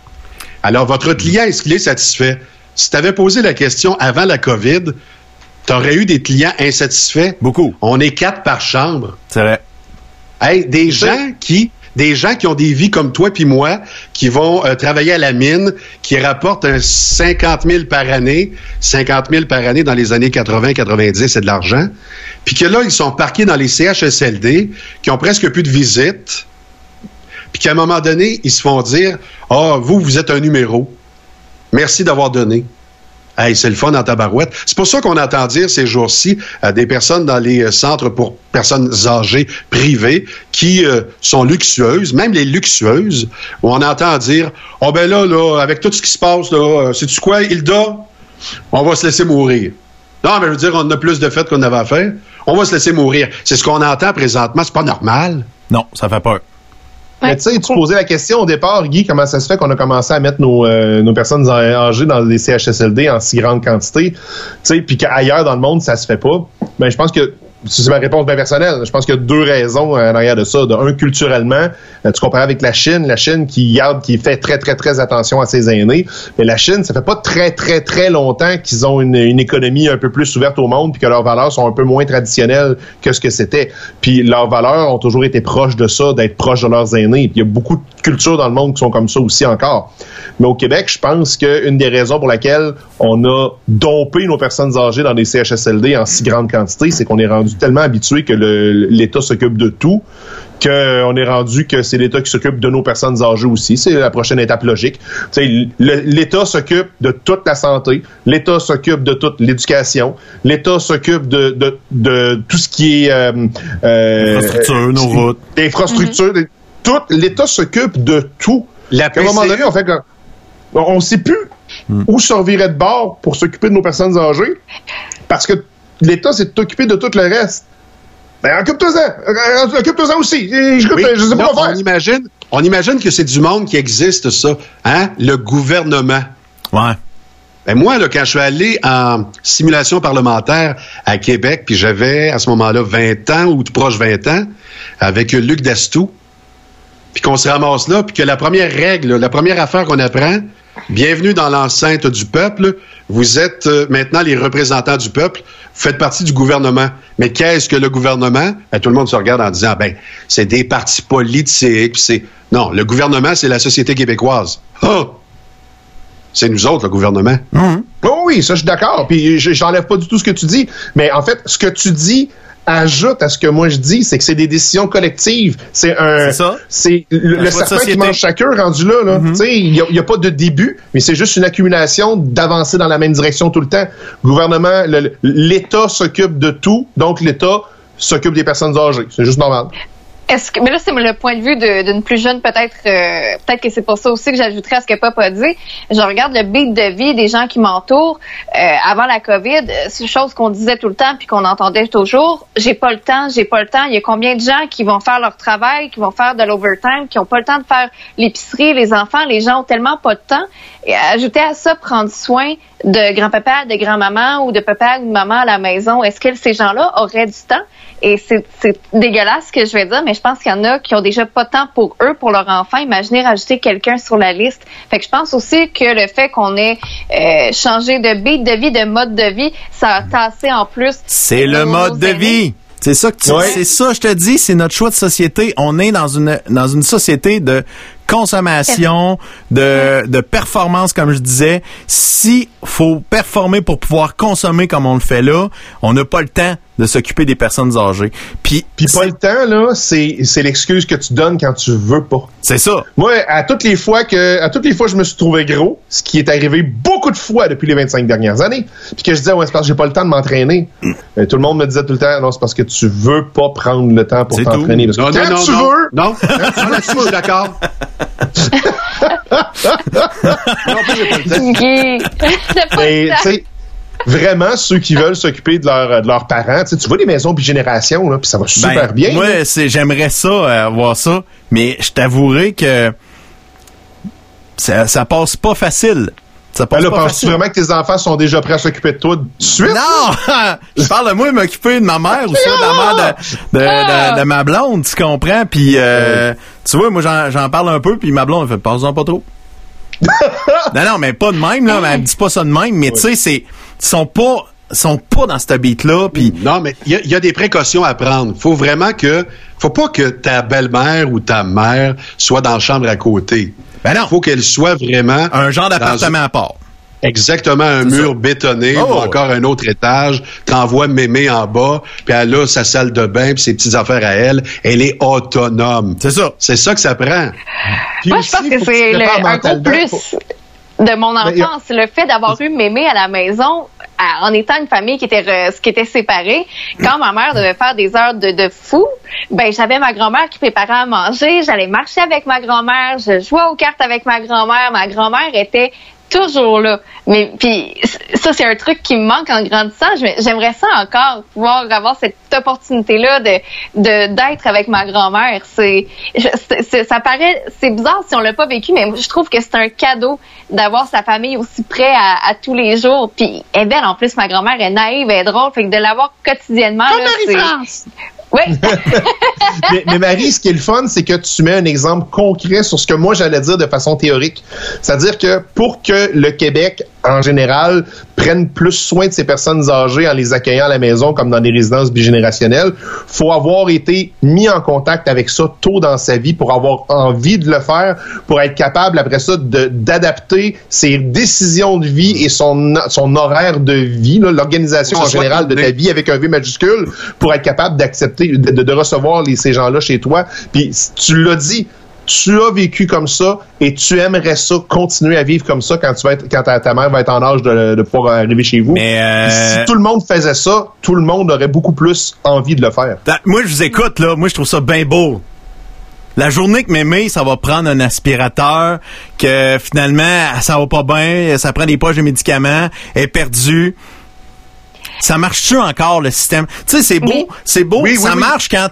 Alors, votre client, est-ce qu'il est satisfait? Si tu avais posé la question avant la COVID, tu aurais eu des clients insatisfaits. Beaucoup. On est 4 par chambre. C'est vrai. Hey, des gens qui ont des vies comme toi puis moi, qui vont travailler à la mine, qui rapportent 50 000 par année. 50 000 par année dans les années 80-90, c'est de l'argent. Puis que là, ils sont parqués dans les CHSLD, qui ont presque plus de visites. Puis qu'à un moment donné, ils se font dire « Ah, vous êtes un numéro. Merci d'avoir donné. » Hey, c'est le fun dans ta barouette. C'est pour ça qu'on entend dire ces jours-ci des personnes dans les centres pour personnes âgées privées qui sont luxueuses, même les luxueuses, où on entend dire « Oh ben là, avec tout ce qui se passe, là, sais-tu quoi, Hilda? On va se laisser mourir. » Non, mais je veux dire, on a plus de fêtes qu'on avait à faire. On va se laisser mourir. C'est ce qu'on entend présentement. C'est pas normal. Non, ça fait peur. Mais tu sais, tu posais la question au départ, Guy, comment ça se fait qu'on a commencé à mettre nos personnes âgées dans des CHSLD en si grande quantité, tu sais, puis qu'ailleurs dans le monde, ça se fait pas. Ben, je pense que c'est ma réponse bien personnelle. Je pense qu'il y a 2 raisons en arrière de ça. De un, culturellement, tu compares avec la Chine qui fait très, très, très attention à ses aînés. Mais la Chine, ça fait pas très, très, très longtemps qu'ils ont une économie un peu plus ouverte au monde puis que leurs valeurs sont un peu moins traditionnelles que ce que c'était. Puis leurs valeurs ont toujours été proches de ça, d'être proches de leurs aînés. Puis il y a beaucoup de cultures dans le monde qui sont comme ça aussi encore. Mais au Québec, je pense qu'une des raisons pour laquelle on a dompé nos personnes âgées dans des CHSLD en si grande quantité, c'est qu'on est rendu tellement habitué que l'État s'occupe de tout, qu'on est rendu que c'est l'État qui s'occupe de nos personnes âgées aussi. C'est la prochaine étape logique. L'État s'occupe de toute la santé, l'État s'occupe de toute l'éducation, l'État s'occupe de tout ce qui est infrastructure, nos routes. Infrastructure, tout. L'État s'occupe de tout. À un moment donné, on ne sait plus où se revirer de bord pour s'occuper de nos personnes âgées parce que l'État s'est occupé de tout le reste. Ben, occupe-toi-en aussi. Je sais pas quoi faire. On imagine que c'est du monde qui existe, ça. Hein? Le gouvernement. Ouais. Ben moi, là, quand je suis allé en simulation parlementaire à Québec, puis j'avais à ce moment-là 20 ans ou proche 20 ans, avec Luc Dastou, puis qu'on se ramasse là, puis que la première règle, la première affaire qu'on apprend, bienvenue dans l'enceinte du peuple, vous êtes maintenant les représentants du peuple, vous faites partie du gouvernement. Mais qu'est-ce que le gouvernement? Ben, tout le monde se regarde en disant, c'est des partis politiques, puis non, le gouvernement, c'est la société québécoise. Oh! C'est nous autres, le gouvernement. Oh oui, ça, je suis d'accord. Puis, j'enlève pas du tout ce que tu dis. Mais en fait, ce que tu dis ajoute à ce que moi je dis, c'est que c'est des décisions collectives. C'est ça. C'est le serpent qui mange chacun rendu là. Tu sais, il y a pas de début, mais c'est juste une accumulation d'avancer dans la même direction tout le temps. Le gouvernement, l'État s'occupe de tout, donc l'État s'occupe des personnes âgées. C'est juste normal. Mais là, c'est le point de vue d'une plus jeune, peut-être que c'est pour ça aussi que j'ajouterais à ce que Pop a dit. Je regarde le beat de vie des gens qui m'entourent. Avant la COVID, c'est une chose qu'on disait tout le temps puis qu'on entendait toujours. J'ai pas le temps. Il y a combien de gens qui vont faire leur travail, qui vont faire de l'overtime, qui ont pas le temps de faire l'épicerie, les enfants, les gens ont tellement pas de temps. Et ajouter à ça, prendre soin de grand-papa, de grand-maman ou de papa ou de maman à la maison. Est-ce que ces gens-là auraient du temps? Et c'est dégueulasse ce que je vais dire, mais je pense qu'il y en a qui ont déjà pas de temps pour eux, pour leur enfant. Imaginez rajouter quelqu'un sur la liste. Fait que je pense aussi que le fait qu'on ait changé de beat de vie, de mode de vie, ça a tassé en plus. C'est le mode de vie. C'est ça que c'est ça, je te dis, c'est notre choix de société. On est dans une société de consommation, de performance, comme je disais. Si faut performer pour pouvoir consommer comme on le fait là, on n'a pas le temps de s'occuper des personnes âgées. Puis pas le temps, là, c'est l'excuse que tu donnes quand tu veux pas. C'est ça. Moi, à toutes les fois je me suis trouvé gros, ce qui est arrivé beaucoup de fois depuis les 25 dernières années, puis que je disais, c'est parce que j'ai pas le temps de m'entraîner. Tout le monde me disait tout le temps, non, c'est parce que tu veux pas prendre le temps pour t'entraîner. Parce que quand tu veux... Non, là-dessus, je suis d'accord. Non, j'ai pas le temps. Mais, tu sais, vraiment, ceux qui veulent s'occuper de leurs parents, tu vois les maisons bigénération, là, puis ça va super bien. Moi, j'aimerais ça, voir ça, mais je t'avouerai que ça passe pas facile. Ça passe pas penses-tu vraiment que tes enfants sont déjà prêts à s'occuper de toi de suite? Non! Je parle de moi m'occuper de ma mère ou ça, de la mère de ma blonde, tu comprends? Puis, tu vois, moi, j'en parle un peu, puis ma blonde, elle fait, passe-en pas trop. non, mais pas de même, là, mais elle me dit pas ça de même, mais tu sais, ils sont pas dans cette beat-là, puis... Non, mais il y a des précautions à prendre. Faut pas que ta belle-mère ou ta mère soit dans la chambre à côté. Ben non. Faut qu'elle soit vraiment... Un genre d'appartement à part. Exactement, un mur bétonné, ou encore un autre étage, t'envoies mémé en bas, puis elle a sa salle de bain, puis ses petites affaires à elle. Elle est autonome. C'est ça. C'est ça que ça prend. Puis moi, je pense que c'est un gros plus de mon enfance. Le fait d'avoir eu mémé à la maison, en étant une famille qui était séparée, quand ma mère devait faire des heures de fou, j'avais ma grand-mère qui préparait à manger, j'allais marcher avec ma grand-mère, je jouais aux cartes avec ma grand-mère était toujours là. Mais puis ça, c'est un truc qui me manque en grandissant. J'aimerais ça encore, pouvoir avoir cette opportunité-là d'être avec ma grand-mère. Ça paraît, c'est bizarre si on l'a pas vécu, mais je trouve que c'est un cadeau d'avoir sa famille aussi près à tous les jours. Puis elle est belle en plus, ma grand-mère est naïve, elle est drôle, fait que de l'avoir quotidiennement. Comme Marie-France. Oui. mais Marie, ce qui est le fun, c'est que tu mets un exemple concret sur ce que moi j'allais dire de façon théorique. C'est-à-dire que pour que le Québec, en général, prenne plus soin de ces personnes âgées en les accueillant à la maison comme dans des résidences bigénérationnelles, faut avoir été mis en contact avec ça tôt dans sa vie pour avoir envie de le faire, pour être capable après ça d'adapter ses décisions de vie et son horaire de vie, là, l'organisation en général de ta vie avec un V majuscule, pour être capable d'accepter de recevoir ces gens-là chez toi. Puis tu l'as dit, tu as vécu comme ça et tu aimerais ça continuer à vivre comme ça quand ta mère va être en âge de pouvoir arriver chez vous. Mais si tout le monde faisait ça, tout le monde aurait beaucoup plus envie de le faire. Moi, je vous écoute, là. Moi, je trouve ça bien beau. La journée que mémé, ça va prendre un aspirateur, que finalement, ça va pas bien, ça prend des poches de médicaments, elle est perdue. Ça marche-tu encore, le système? Tu sais, c'est beau, ça marche quand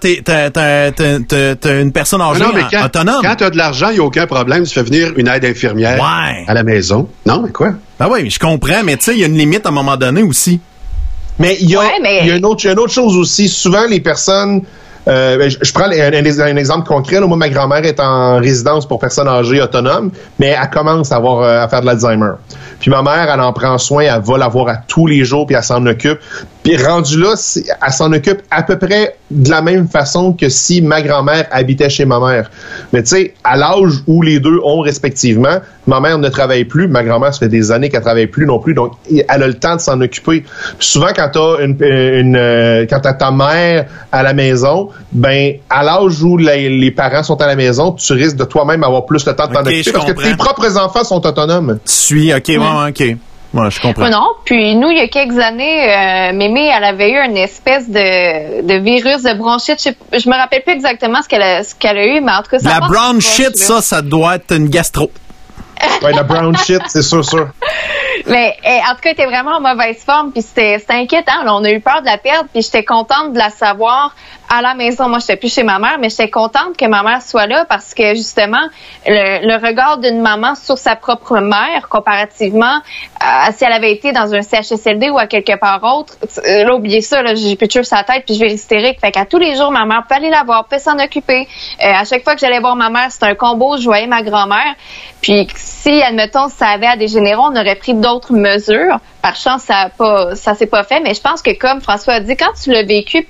t'as une personne âgée autonome. Quand t'as de l'argent, il n'y a aucun problème, tu fais venir une aide infirmière à la maison. Non, mais quoi? Ben oui, je comprends, mais tu sais, il y a une limite à un moment donné aussi. Mais il y a une autre chose aussi. Souvent, les personnes Je prends un exemple concret. Là, moi, ma grand-mère est en résidence pour personnes âgées autonomes, mais elle commence à faire de l'Alzheimer. Puis ma mère, elle en prend soin, elle va la voir à tous les jours, puis elle s'en occupe. Puis rendu là, elle s'en occupe à peu près de la même façon que si ma grand-mère habitait chez ma mère. Mais tu sais, à l'âge où les deux ont respectivement, ma mère ne travaille plus, ma grand-mère, ça fait des années qu'elle travaille plus non plus, donc elle a le temps de s'en occuper. Puis souvent, quand t'as ta mère à la maison, ben à l'âge où les parents sont à la maison, tu risques de toi-même avoir plus le temps de t'en occuper parce que tes propres enfants sont autonomes. OK. Ouais, je comprends. Non, puis nous, il y a quelques années, Mémé, elle avait eu une espèce de virus de bronchite. Je me rappelle plus exactement ce qu'elle a eu, mais en tout cas, ça. La bronchite, ça doit être une gastro. Ouais, la brown shit, c'est sûr. Mais en tout cas, elle était vraiment en mauvaise forme, puis c'était inquiétant. Là, on a eu peur de la perdre, puis j'étais contente de la savoir à la maison. Moi, j'étais plus chez ma mère, mais j'étais contente que ma mère soit là parce que justement, le regard d'une maman sur sa propre mère, comparativement à si elle avait été dans un CHSLD ou à quelque part autre, là, oubliez ça, là, j'ai plus de choses sur la tête, puis je vais hystérique. Fait qu'à tous les jours, ma mère peut aller la voir, peut s'en occuper. À chaque fois que j'allais voir ma mère, c'était un combo, je voyais ma grand-mère. Puis si, admettons, ça avait à dégénérer, on aurait pris d'autres mesures. Par chance, ça s'est pas fait, mais je pense que comme François a dit, quand tu l'as vécu,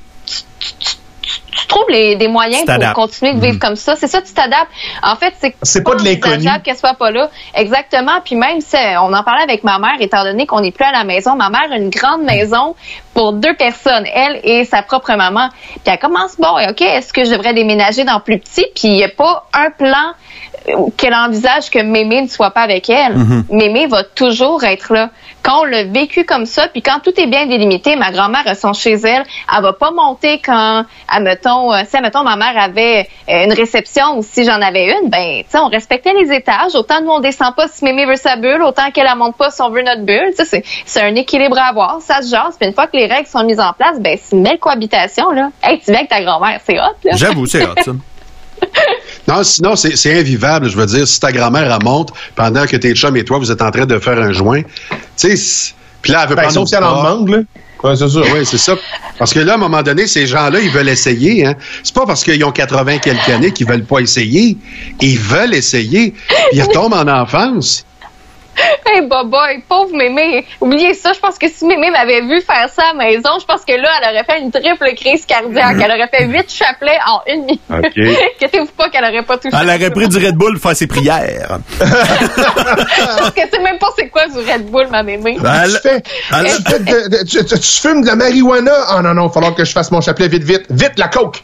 tu trouves des moyens pour continuer de vivre comme ça. C'est ça, tu t'adaptes. En fait, c'est pas de l'inconnu qu'elle soit pas là. Exactement. Puis même, on en parlait avec ma mère, étant donné qu'on n'est plus à la maison. Ma mère a une grande maison pour 2 personnes, elle et sa propre maman. Puis elle commence, OK, est-ce que je devrais déménager dans plus petit? Puis il n'y a pas un plan qu'elle envisage que Mémé ne soit pas avec elle. Mémé va toujours être là. Quand on l'a vécu comme ça, puis quand tout est bien délimité, ma grand-mère elles sont chez elle, elle va pas monter quand, admettons, ma mère avait une réception ou si j'en avais une, ben, tu sais, on respectait les étages. Autant nous, on descend pas si Mémé veut sa bulle, autant qu'elle la monte pas si on veut notre bulle. Tu sais, c'est un équilibre à avoir, ça se jase. Puis une fois que les règles sont mises en place, ben, c'est une belle cohabitation, là. Hey, tu viens avec ta grand-mère, c'est hot, là. J'avoue, c'est hot, ça. Non, sinon, c'est invivable. Je veux dire, si ta grand-mère, elle monte pendant que tes chums et toi, vous êtes en train de faire un joint, tu sais, puis là, elle veut prendre sauf si elle en demande, là. Ouais, c'est ça. Oui, c'est ça. Parce que là, à un moment donné, ces gens-là, ils veulent essayer, hein. C'est pas parce qu'ils ont 80 quelques années qu'ils veulent pas essayer. Ils veulent essayer. Puis ils retombent en enfance. Hey, boboy, pauvre Mémé. Oubliez ça, je pense que si Mémé m'avait vu faire ça à la maison, je pense que là, elle aurait fait une triple crise cardiaque. Elle aurait fait 8 chapelets en 1 minute. Okay. Inquiétez-vous pas qu'elle aurait pas touché. Elle aurait pris du Red Bull pour faire ses prières. Je pense que c'est même pas c'est quoi du Red Bull, ma Mémé. Tu fumes de la marijuana? Ah non, il va falloir que je fasse mon chapelet vite. Vite, la coke!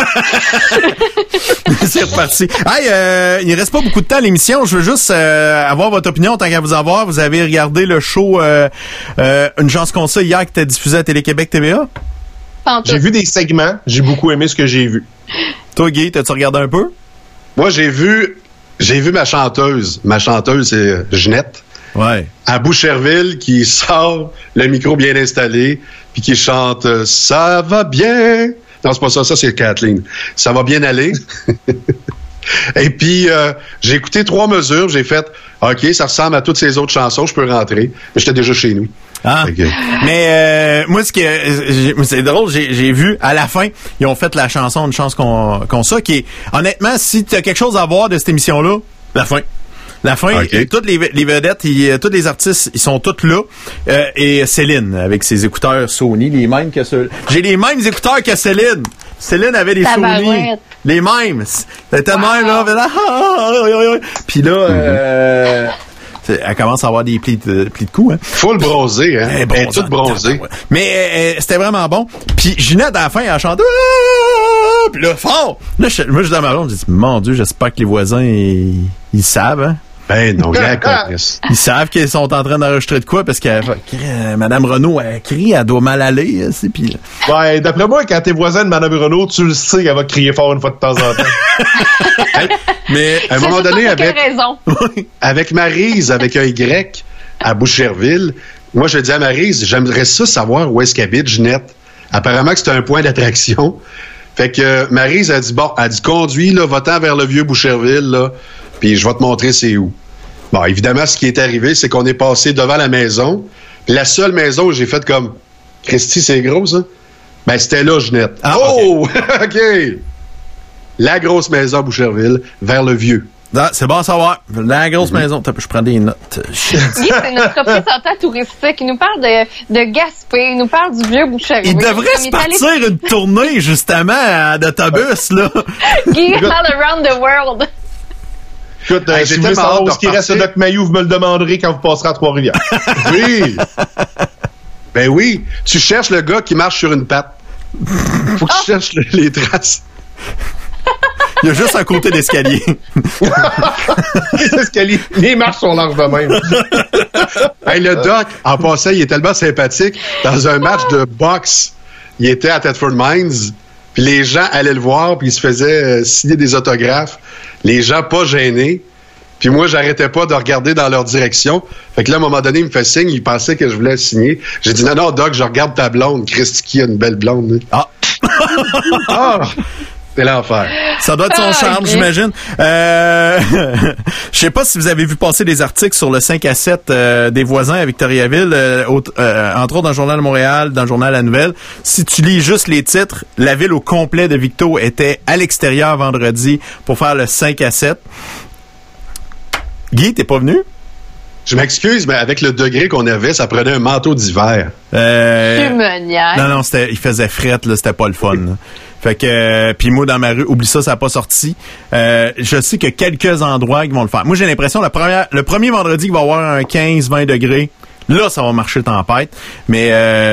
C'est reparti. Hey, il reste pas beaucoup de temps à l'émission. Je veux juste avoir votre opinion tant qu'à vous avoir. Vous avez regardé le show Une chance qu'on sait hier qui était diffusé à Télé-Québec TVA? J'ai vu des segments. J'ai beaucoup aimé ce que j'ai vu. Toi, Guy, t'as-tu regardé un peu? Moi, j'ai vu ma chanteuse. Ma chanteuse, c'est Ginette. Ouais. À Boucherville, qui sort le micro bien installé, puis qui chante « Ça va bien ». Non, c'est pas ça. Ça, c'est Kathleen. « Ça va bien aller ». Et puis, j'ai écouté 3 mesures. J'ai fait « OK, ça ressemble à toutes ces autres chansons. Je peux rentrer. » Mais j'étais déjà chez nous. Ah. Okay. Mais moi, c'est drôle, j'ai vu à la fin, ils ont fait la chanson Une chance qu'on ça, qui est, honnêtement, si tu as quelque chose à voir de cette émission-là, la fin, okay. Toutes les vedettes, tous les artistes, ils sont tous là. Et Céline, avec ses écouteurs Sony, les mêmes que ceux. J'ai les mêmes écouteurs que Céline. Céline avait des Sony. Les mêmes. C'était tellement là. Puis là, elle commence à avoir des plis de coups. Hein. Full bronzé, hein? Elle est toute bronzée. Mais c'était vraiment bon. Puis Ginette, à la fin, elle chante. Puis là, fort! Là, moi, je suis dans ma maison, je dis, mon Dieu, j'espère que les voisins, ils savent, hein? Ben non, ils savent qu'ils sont en train d'enregistrer de quoi parce que Mme Renaud, elle crie, elle doit mal aller. Puis... Ouais, d'après moi, quand t'es voisin de Mme Renaud, tu le sais qu'elle va crier fort une fois de temps en temps. Mais à un moment donné, avec Maryse, avec un Y, à Boucherville, moi, je dis à Maryse, j'aimerais ça savoir où est-ce qu'habite Ginette. Apparemment que c'est un point d'attraction. Fait que Maryse a dit, conduis, là, va-t'en vers le vieux Boucherville, là, puis je vais te montrer c'est où. Bon, évidemment, ce qui est arrivé, c'est qu'on est passé devant la maison. Puis la seule maison où j'ai fait comme, Christy, c'est gros, ça. Ben, c'était là, Ginette. Ah, OK. La grosse maison à Boucherville, vers le Vieux. Ah, c'est bon à savoir. La grosse maison. Attends, je prends des notes. Guy, c'est notre représentant touristique. Il nous parle de Gaspé. Il nous parle du vieux Boucherville. Il devrait se partir une tournée, justement, d'autobus, là. Guy, all around the world. Écoute, si vous voulez savoir où il reste Doc Mayou, vous me le demanderez quand vous passerez à Trois-Rivières. Oui. Ben oui. Tu cherches le gars qui marche sur une patte. Faut que tu cherches les traces. Il y a juste un côté d'escalier. Les escaliers, les marches sont larges de même. Hey, le Doc, en passant, il est tellement sympathique. Dans un match de boxe, il était à Thetford Mines, puis les gens allaient le voir, puis il se faisait signer des autographes. Les gens pas gênés. Puis moi, j'arrêtais pas de regarder dans leur direction. Fait que là, à un moment donné, il me fait signe, il pensait que je voulais signer. J'ai dit, non, Doc, je regarde ta blonde. Christy qui a une belle blonde. Ah! C'est l'enfer. Ça doit être son charme, j'imagine. Je sais pas si vous avez vu passer des articles sur le 5 à 7 des voisins à Victoriaville, entre autres dans le Journal de Montréal, dans le Journal La Nouvelle. Si tu lis juste les titres, la ville au complet de Victo était à l'extérieur vendredi pour faire le 5 à 7. Guy, t'es pas venu? Je m'excuse, mais avec le degré qu'on avait, ça prenait un manteau d'hiver. Tu me niaises. Non, il faisait fret, là, c'était pas le fun. Là. Fait que, puis moi, dans ma rue, oublie ça, ça n'a pas sorti. Je sais que quelques endroits qui vont le faire. Moi, j'ai l'impression, le premier vendredi qu'il va y avoir un 15-20 degrés, là, ça va marcher tempête. Mais...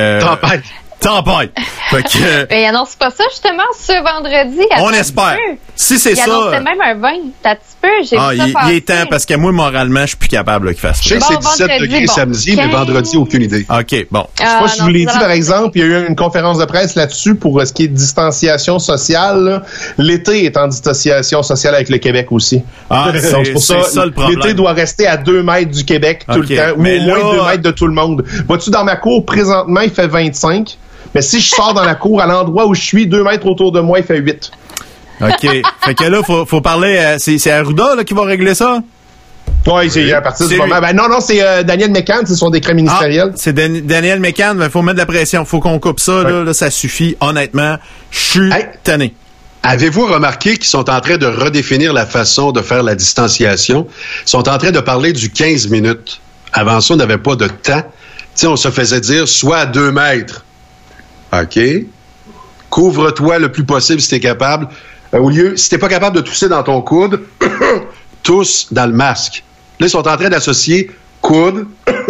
Tempête. Fait que, mais il annonce pas ça, justement, ce vendredi. On espère. Si c'est ça... Il annonçait même un 20. T'as un petit peu, j'ai vu ça passer. Il est temps, parce que moi, moralement, je suis plus capable là, qu'il fasse ça. Je sais que c'est 17 degrés samedi, mais vendredi, aucune idée. OK, bon. Je sais pas si je vous l'ai dit, par exemple, il y a eu une conférence de presse là-dessus pour ce qui est distanciation sociale. Là. L'été est en distanciation sociale avec le Québec aussi. Ah, c'est pour ça le problème. L'été doit rester à 2 mètres du Québec tout le temps, ou au moins 2 mètres de tout le monde. Vois-tu, dans ma cour, présentement, il fait 25. Mais si je sors dans la cour, à l'endroit où je suis, 2 mètres autour de moi, il fait 8. OK. Fait que là, faut parler... c'est Arruda là, qui va régler ça? Oui, c'est à partir du moment... Ben non, c'est Daniel Mécan, c'est son décret ministériel. C'est Daniel Mécan, il faut mettre de la pression. Faut qu'on coupe ça, là, ça suffit. Honnêtement, je suis tanné. Avez-vous remarqué qu'ils sont en train de redéfinir la façon de faire la distanciation? Ils sont en train de parler du 15 minutes. Avant ça, on n'avait pas de temps. Tu sais, on se faisait dire soit à 2 mètres. OK. Couvre-toi le plus possible si t'es capable. Au lieu, si t'es pas capable de tousser dans ton coude, tousse dans le masque. Là, ils sont en train d'associer coude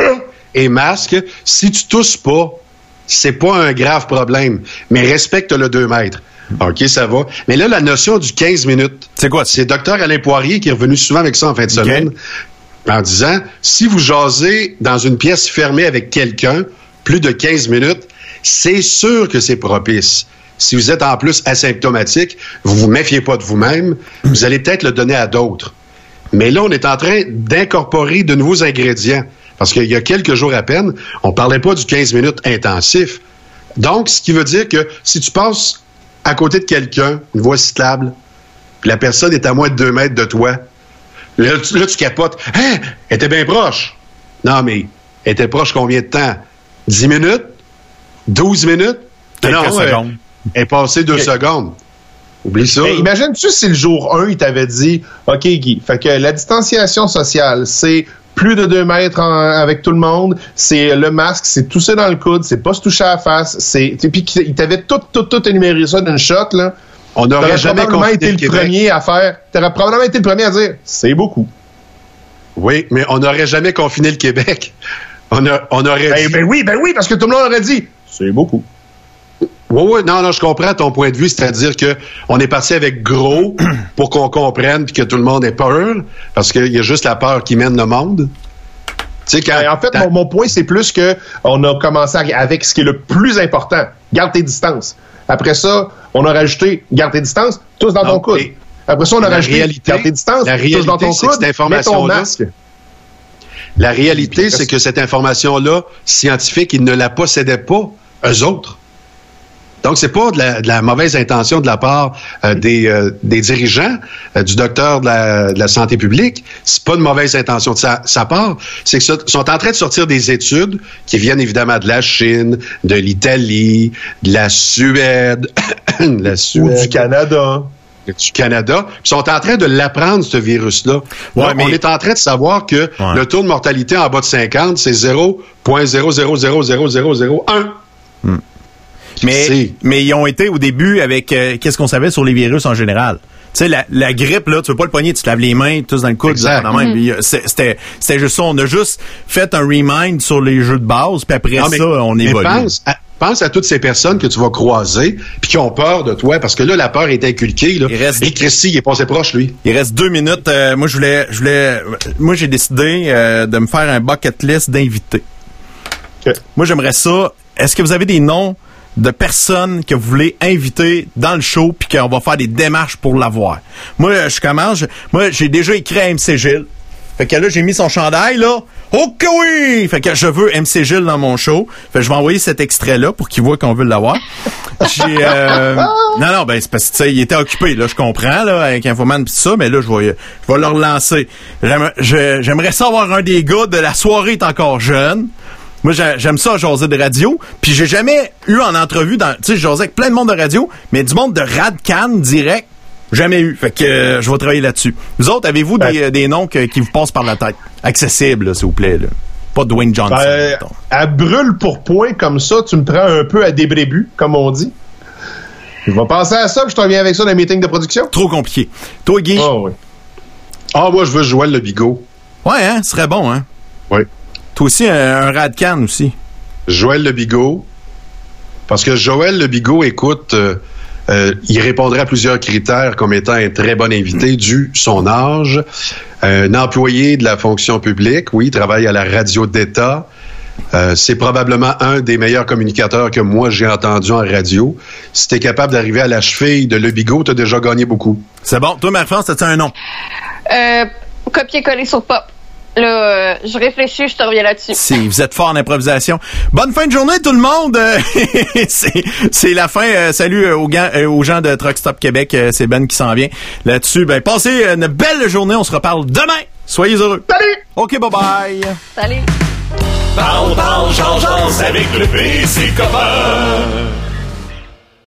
et masque. Si tu tousses pas, c'est pas un grave problème. Mais respecte le 2 mètres. OK, ça va. Mais là, la notion du 15 minutes. C'est quoi? C'est Dr. Alain Poirier qui est revenu souvent avec ça en fin de semaine. En disant, si vous jasez dans une pièce fermée avec quelqu'un, plus de 15 minutes, c'est sûr que c'est propice. Si vous êtes en plus asymptomatique, vous vous méfiez pas de vous-même, vous allez peut-être le donner à d'autres. Mais là, on est en train d'incorporer de nouveaux ingrédients. Parce qu'il y a quelques jours à peine, on parlait pas du 15 minutes intensif. Donc, ce qui veut dire que si tu passes à côté de quelqu'un, une voie cyclable, puis la personne est à moins de 2 mètres de toi, là, tu capotes. Hein? Elle était bien proche. Non, mais elle était proche combien de temps? 10 minutes? 12 minutes? Quelques secondes. Elle est passée 2 secondes. Oublie ça. Mais imagine-tu si le jour 1, il t'avait dit, OK, Guy, fait que la distanciation sociale, c'est plus de 2 mètres avec tout le monde, c'est le masque, c'est tousser dans le coude, c'est pas se toucher à la face, puis il t'avait tout énuméré ça d'une shot, là. On n'aurait jamais été le premier à faire. T'aurais probablement été le premier à dire, c'est beaucoup. Oui, mais on n'aurait jamais confiné le Québec. On aurait dit... Ben oui, parce que tout le monde aurait dit, c'est beaucoup. Oui, non, je comprends ton point de vue, c'est-à-dire que on est parti avec gros pour qu'on comprenne puis que tout le monde ait peur, parce qu'il y a juste la peur qui mène le monde. Tu sais, en fait, mon point, c'est plus que on a commencé avec ce qui est le plus important, garde tes distances. Après ça, on a rajouté, garde tes distances, tous dans ton coude. Après ça, on a rajouté, garde tes distances, tous dans ton coude, mets ton masque. La réalité, c'est que cette information-là, scientifique, ils ne la possédaient pas, eux autres. Donc, c'est pas de la mauvaise intention de la part des dirigeants, du docteur de la santé publique. C'est pas une mauvaise intention de sa part. C'est qu'ils sont en train de sortir des études qui viennent évidemment de la Chine, de l'Italie, de la Suède, ou du Canada. Du Canada. Ils sont en train de l'apprendre, ce virus-là. Ouais, on est en train de savoir que le taux de mortalité en bas de 50, c'est 0,0000001. Mais ils ont été au début avec qu'est-ce qu'on savait sur les virus en général. Tu sais, la grippe, là, tu veux pas le pogner, tu te laves les mains, tous dans le coude. C'était juste ça. On a juste fait un remind sur les jeux de base, puis après on évolue. Pense à toutes ces personnes que tu vas croiser puis qui ont peur de toi, parce que là, la peur est inculquée. Là. Et Christy, il est passé proche, lui. Il reste 2 minutes. Moi, j'ai décidé de me faire un bucket list d'invités. Okay. Moi, j'aimerais ça. Est-ce que vous avez des noms de personnes que vous voulez inviter dans le show puis qu'on va faire des démarches pour l'avoir? Moi, je commence. Moi, j'ai déjà écrit à MC Gilles. Fait que là, j'ai mis son chandail, là. OK, oui! Fait que je veux MC Gilles dans mon show. Fait que je vais envoyer cet extrait-là pour qu'il voit qu'on veut l'avoir. Non, ben, c'est parce que, tu sais, il était occupé, là, je comprends, là, avec Infoman pis ça, mais là, je vais le relancer. J'aimerais ça avoir un des gars de La Soirée est encore jeune. Moi, j'aime ça, jaser de radio. Puis j'ai jamais eu en entrevue, tu sais, je jasais avec plein de monde de radio, mais du monde de Radcan direct, jamais eu. Fait que je vais travailler là-dessus. Vous autres, avez-vous des noms qui vous passent par la tête? Accessibles, là, s'il vous plaît. Là. Pas Dwayne Johnson. À brûle pour point comme ça, tu me prends un peu à débrébu, comme on dit. Je vais penser à ça, puis je te reviens avec ça dans le meeting de production. Trop compliqué. Toi, Guy? Oui. Moi, je veux Joël Le Bigot. Ouais, hein? Ce serait bon, hein? Oui. Toi aussi, un Radcan aussi. Joël Le Bigot. Parce que Joël Le Bigot, écoute... il répondrait à plusieurs critères comme étant un très bon invité dû son âge. Un employé de la fonction publique, oui, il travaille à la radio d'État. C'est probablement un des meilleurs communicateurs que moi j'ai entendu en radio. Si t'es capable d'arriver à la cheville de Le Bigot, t'as déjà gagné beaucoup. C'est bon. Toi, Marie-France, t'as-tu un nom? Copier-coller sur Pop. Là, je réfléchis, je te reviens là-dessus. Si vous êtes fort en improvisation. Bonne fin de journée, tout le monde. C'est la fin. Salut aux gens de Truck Stop Québec. C'est Ben qui s'en vient là-dessus. Ben, passez une belle journée. On se reparle demain. Soyez heureux. Salut! OK, bye-bye. Salut. Parle, change avec le PC Copain.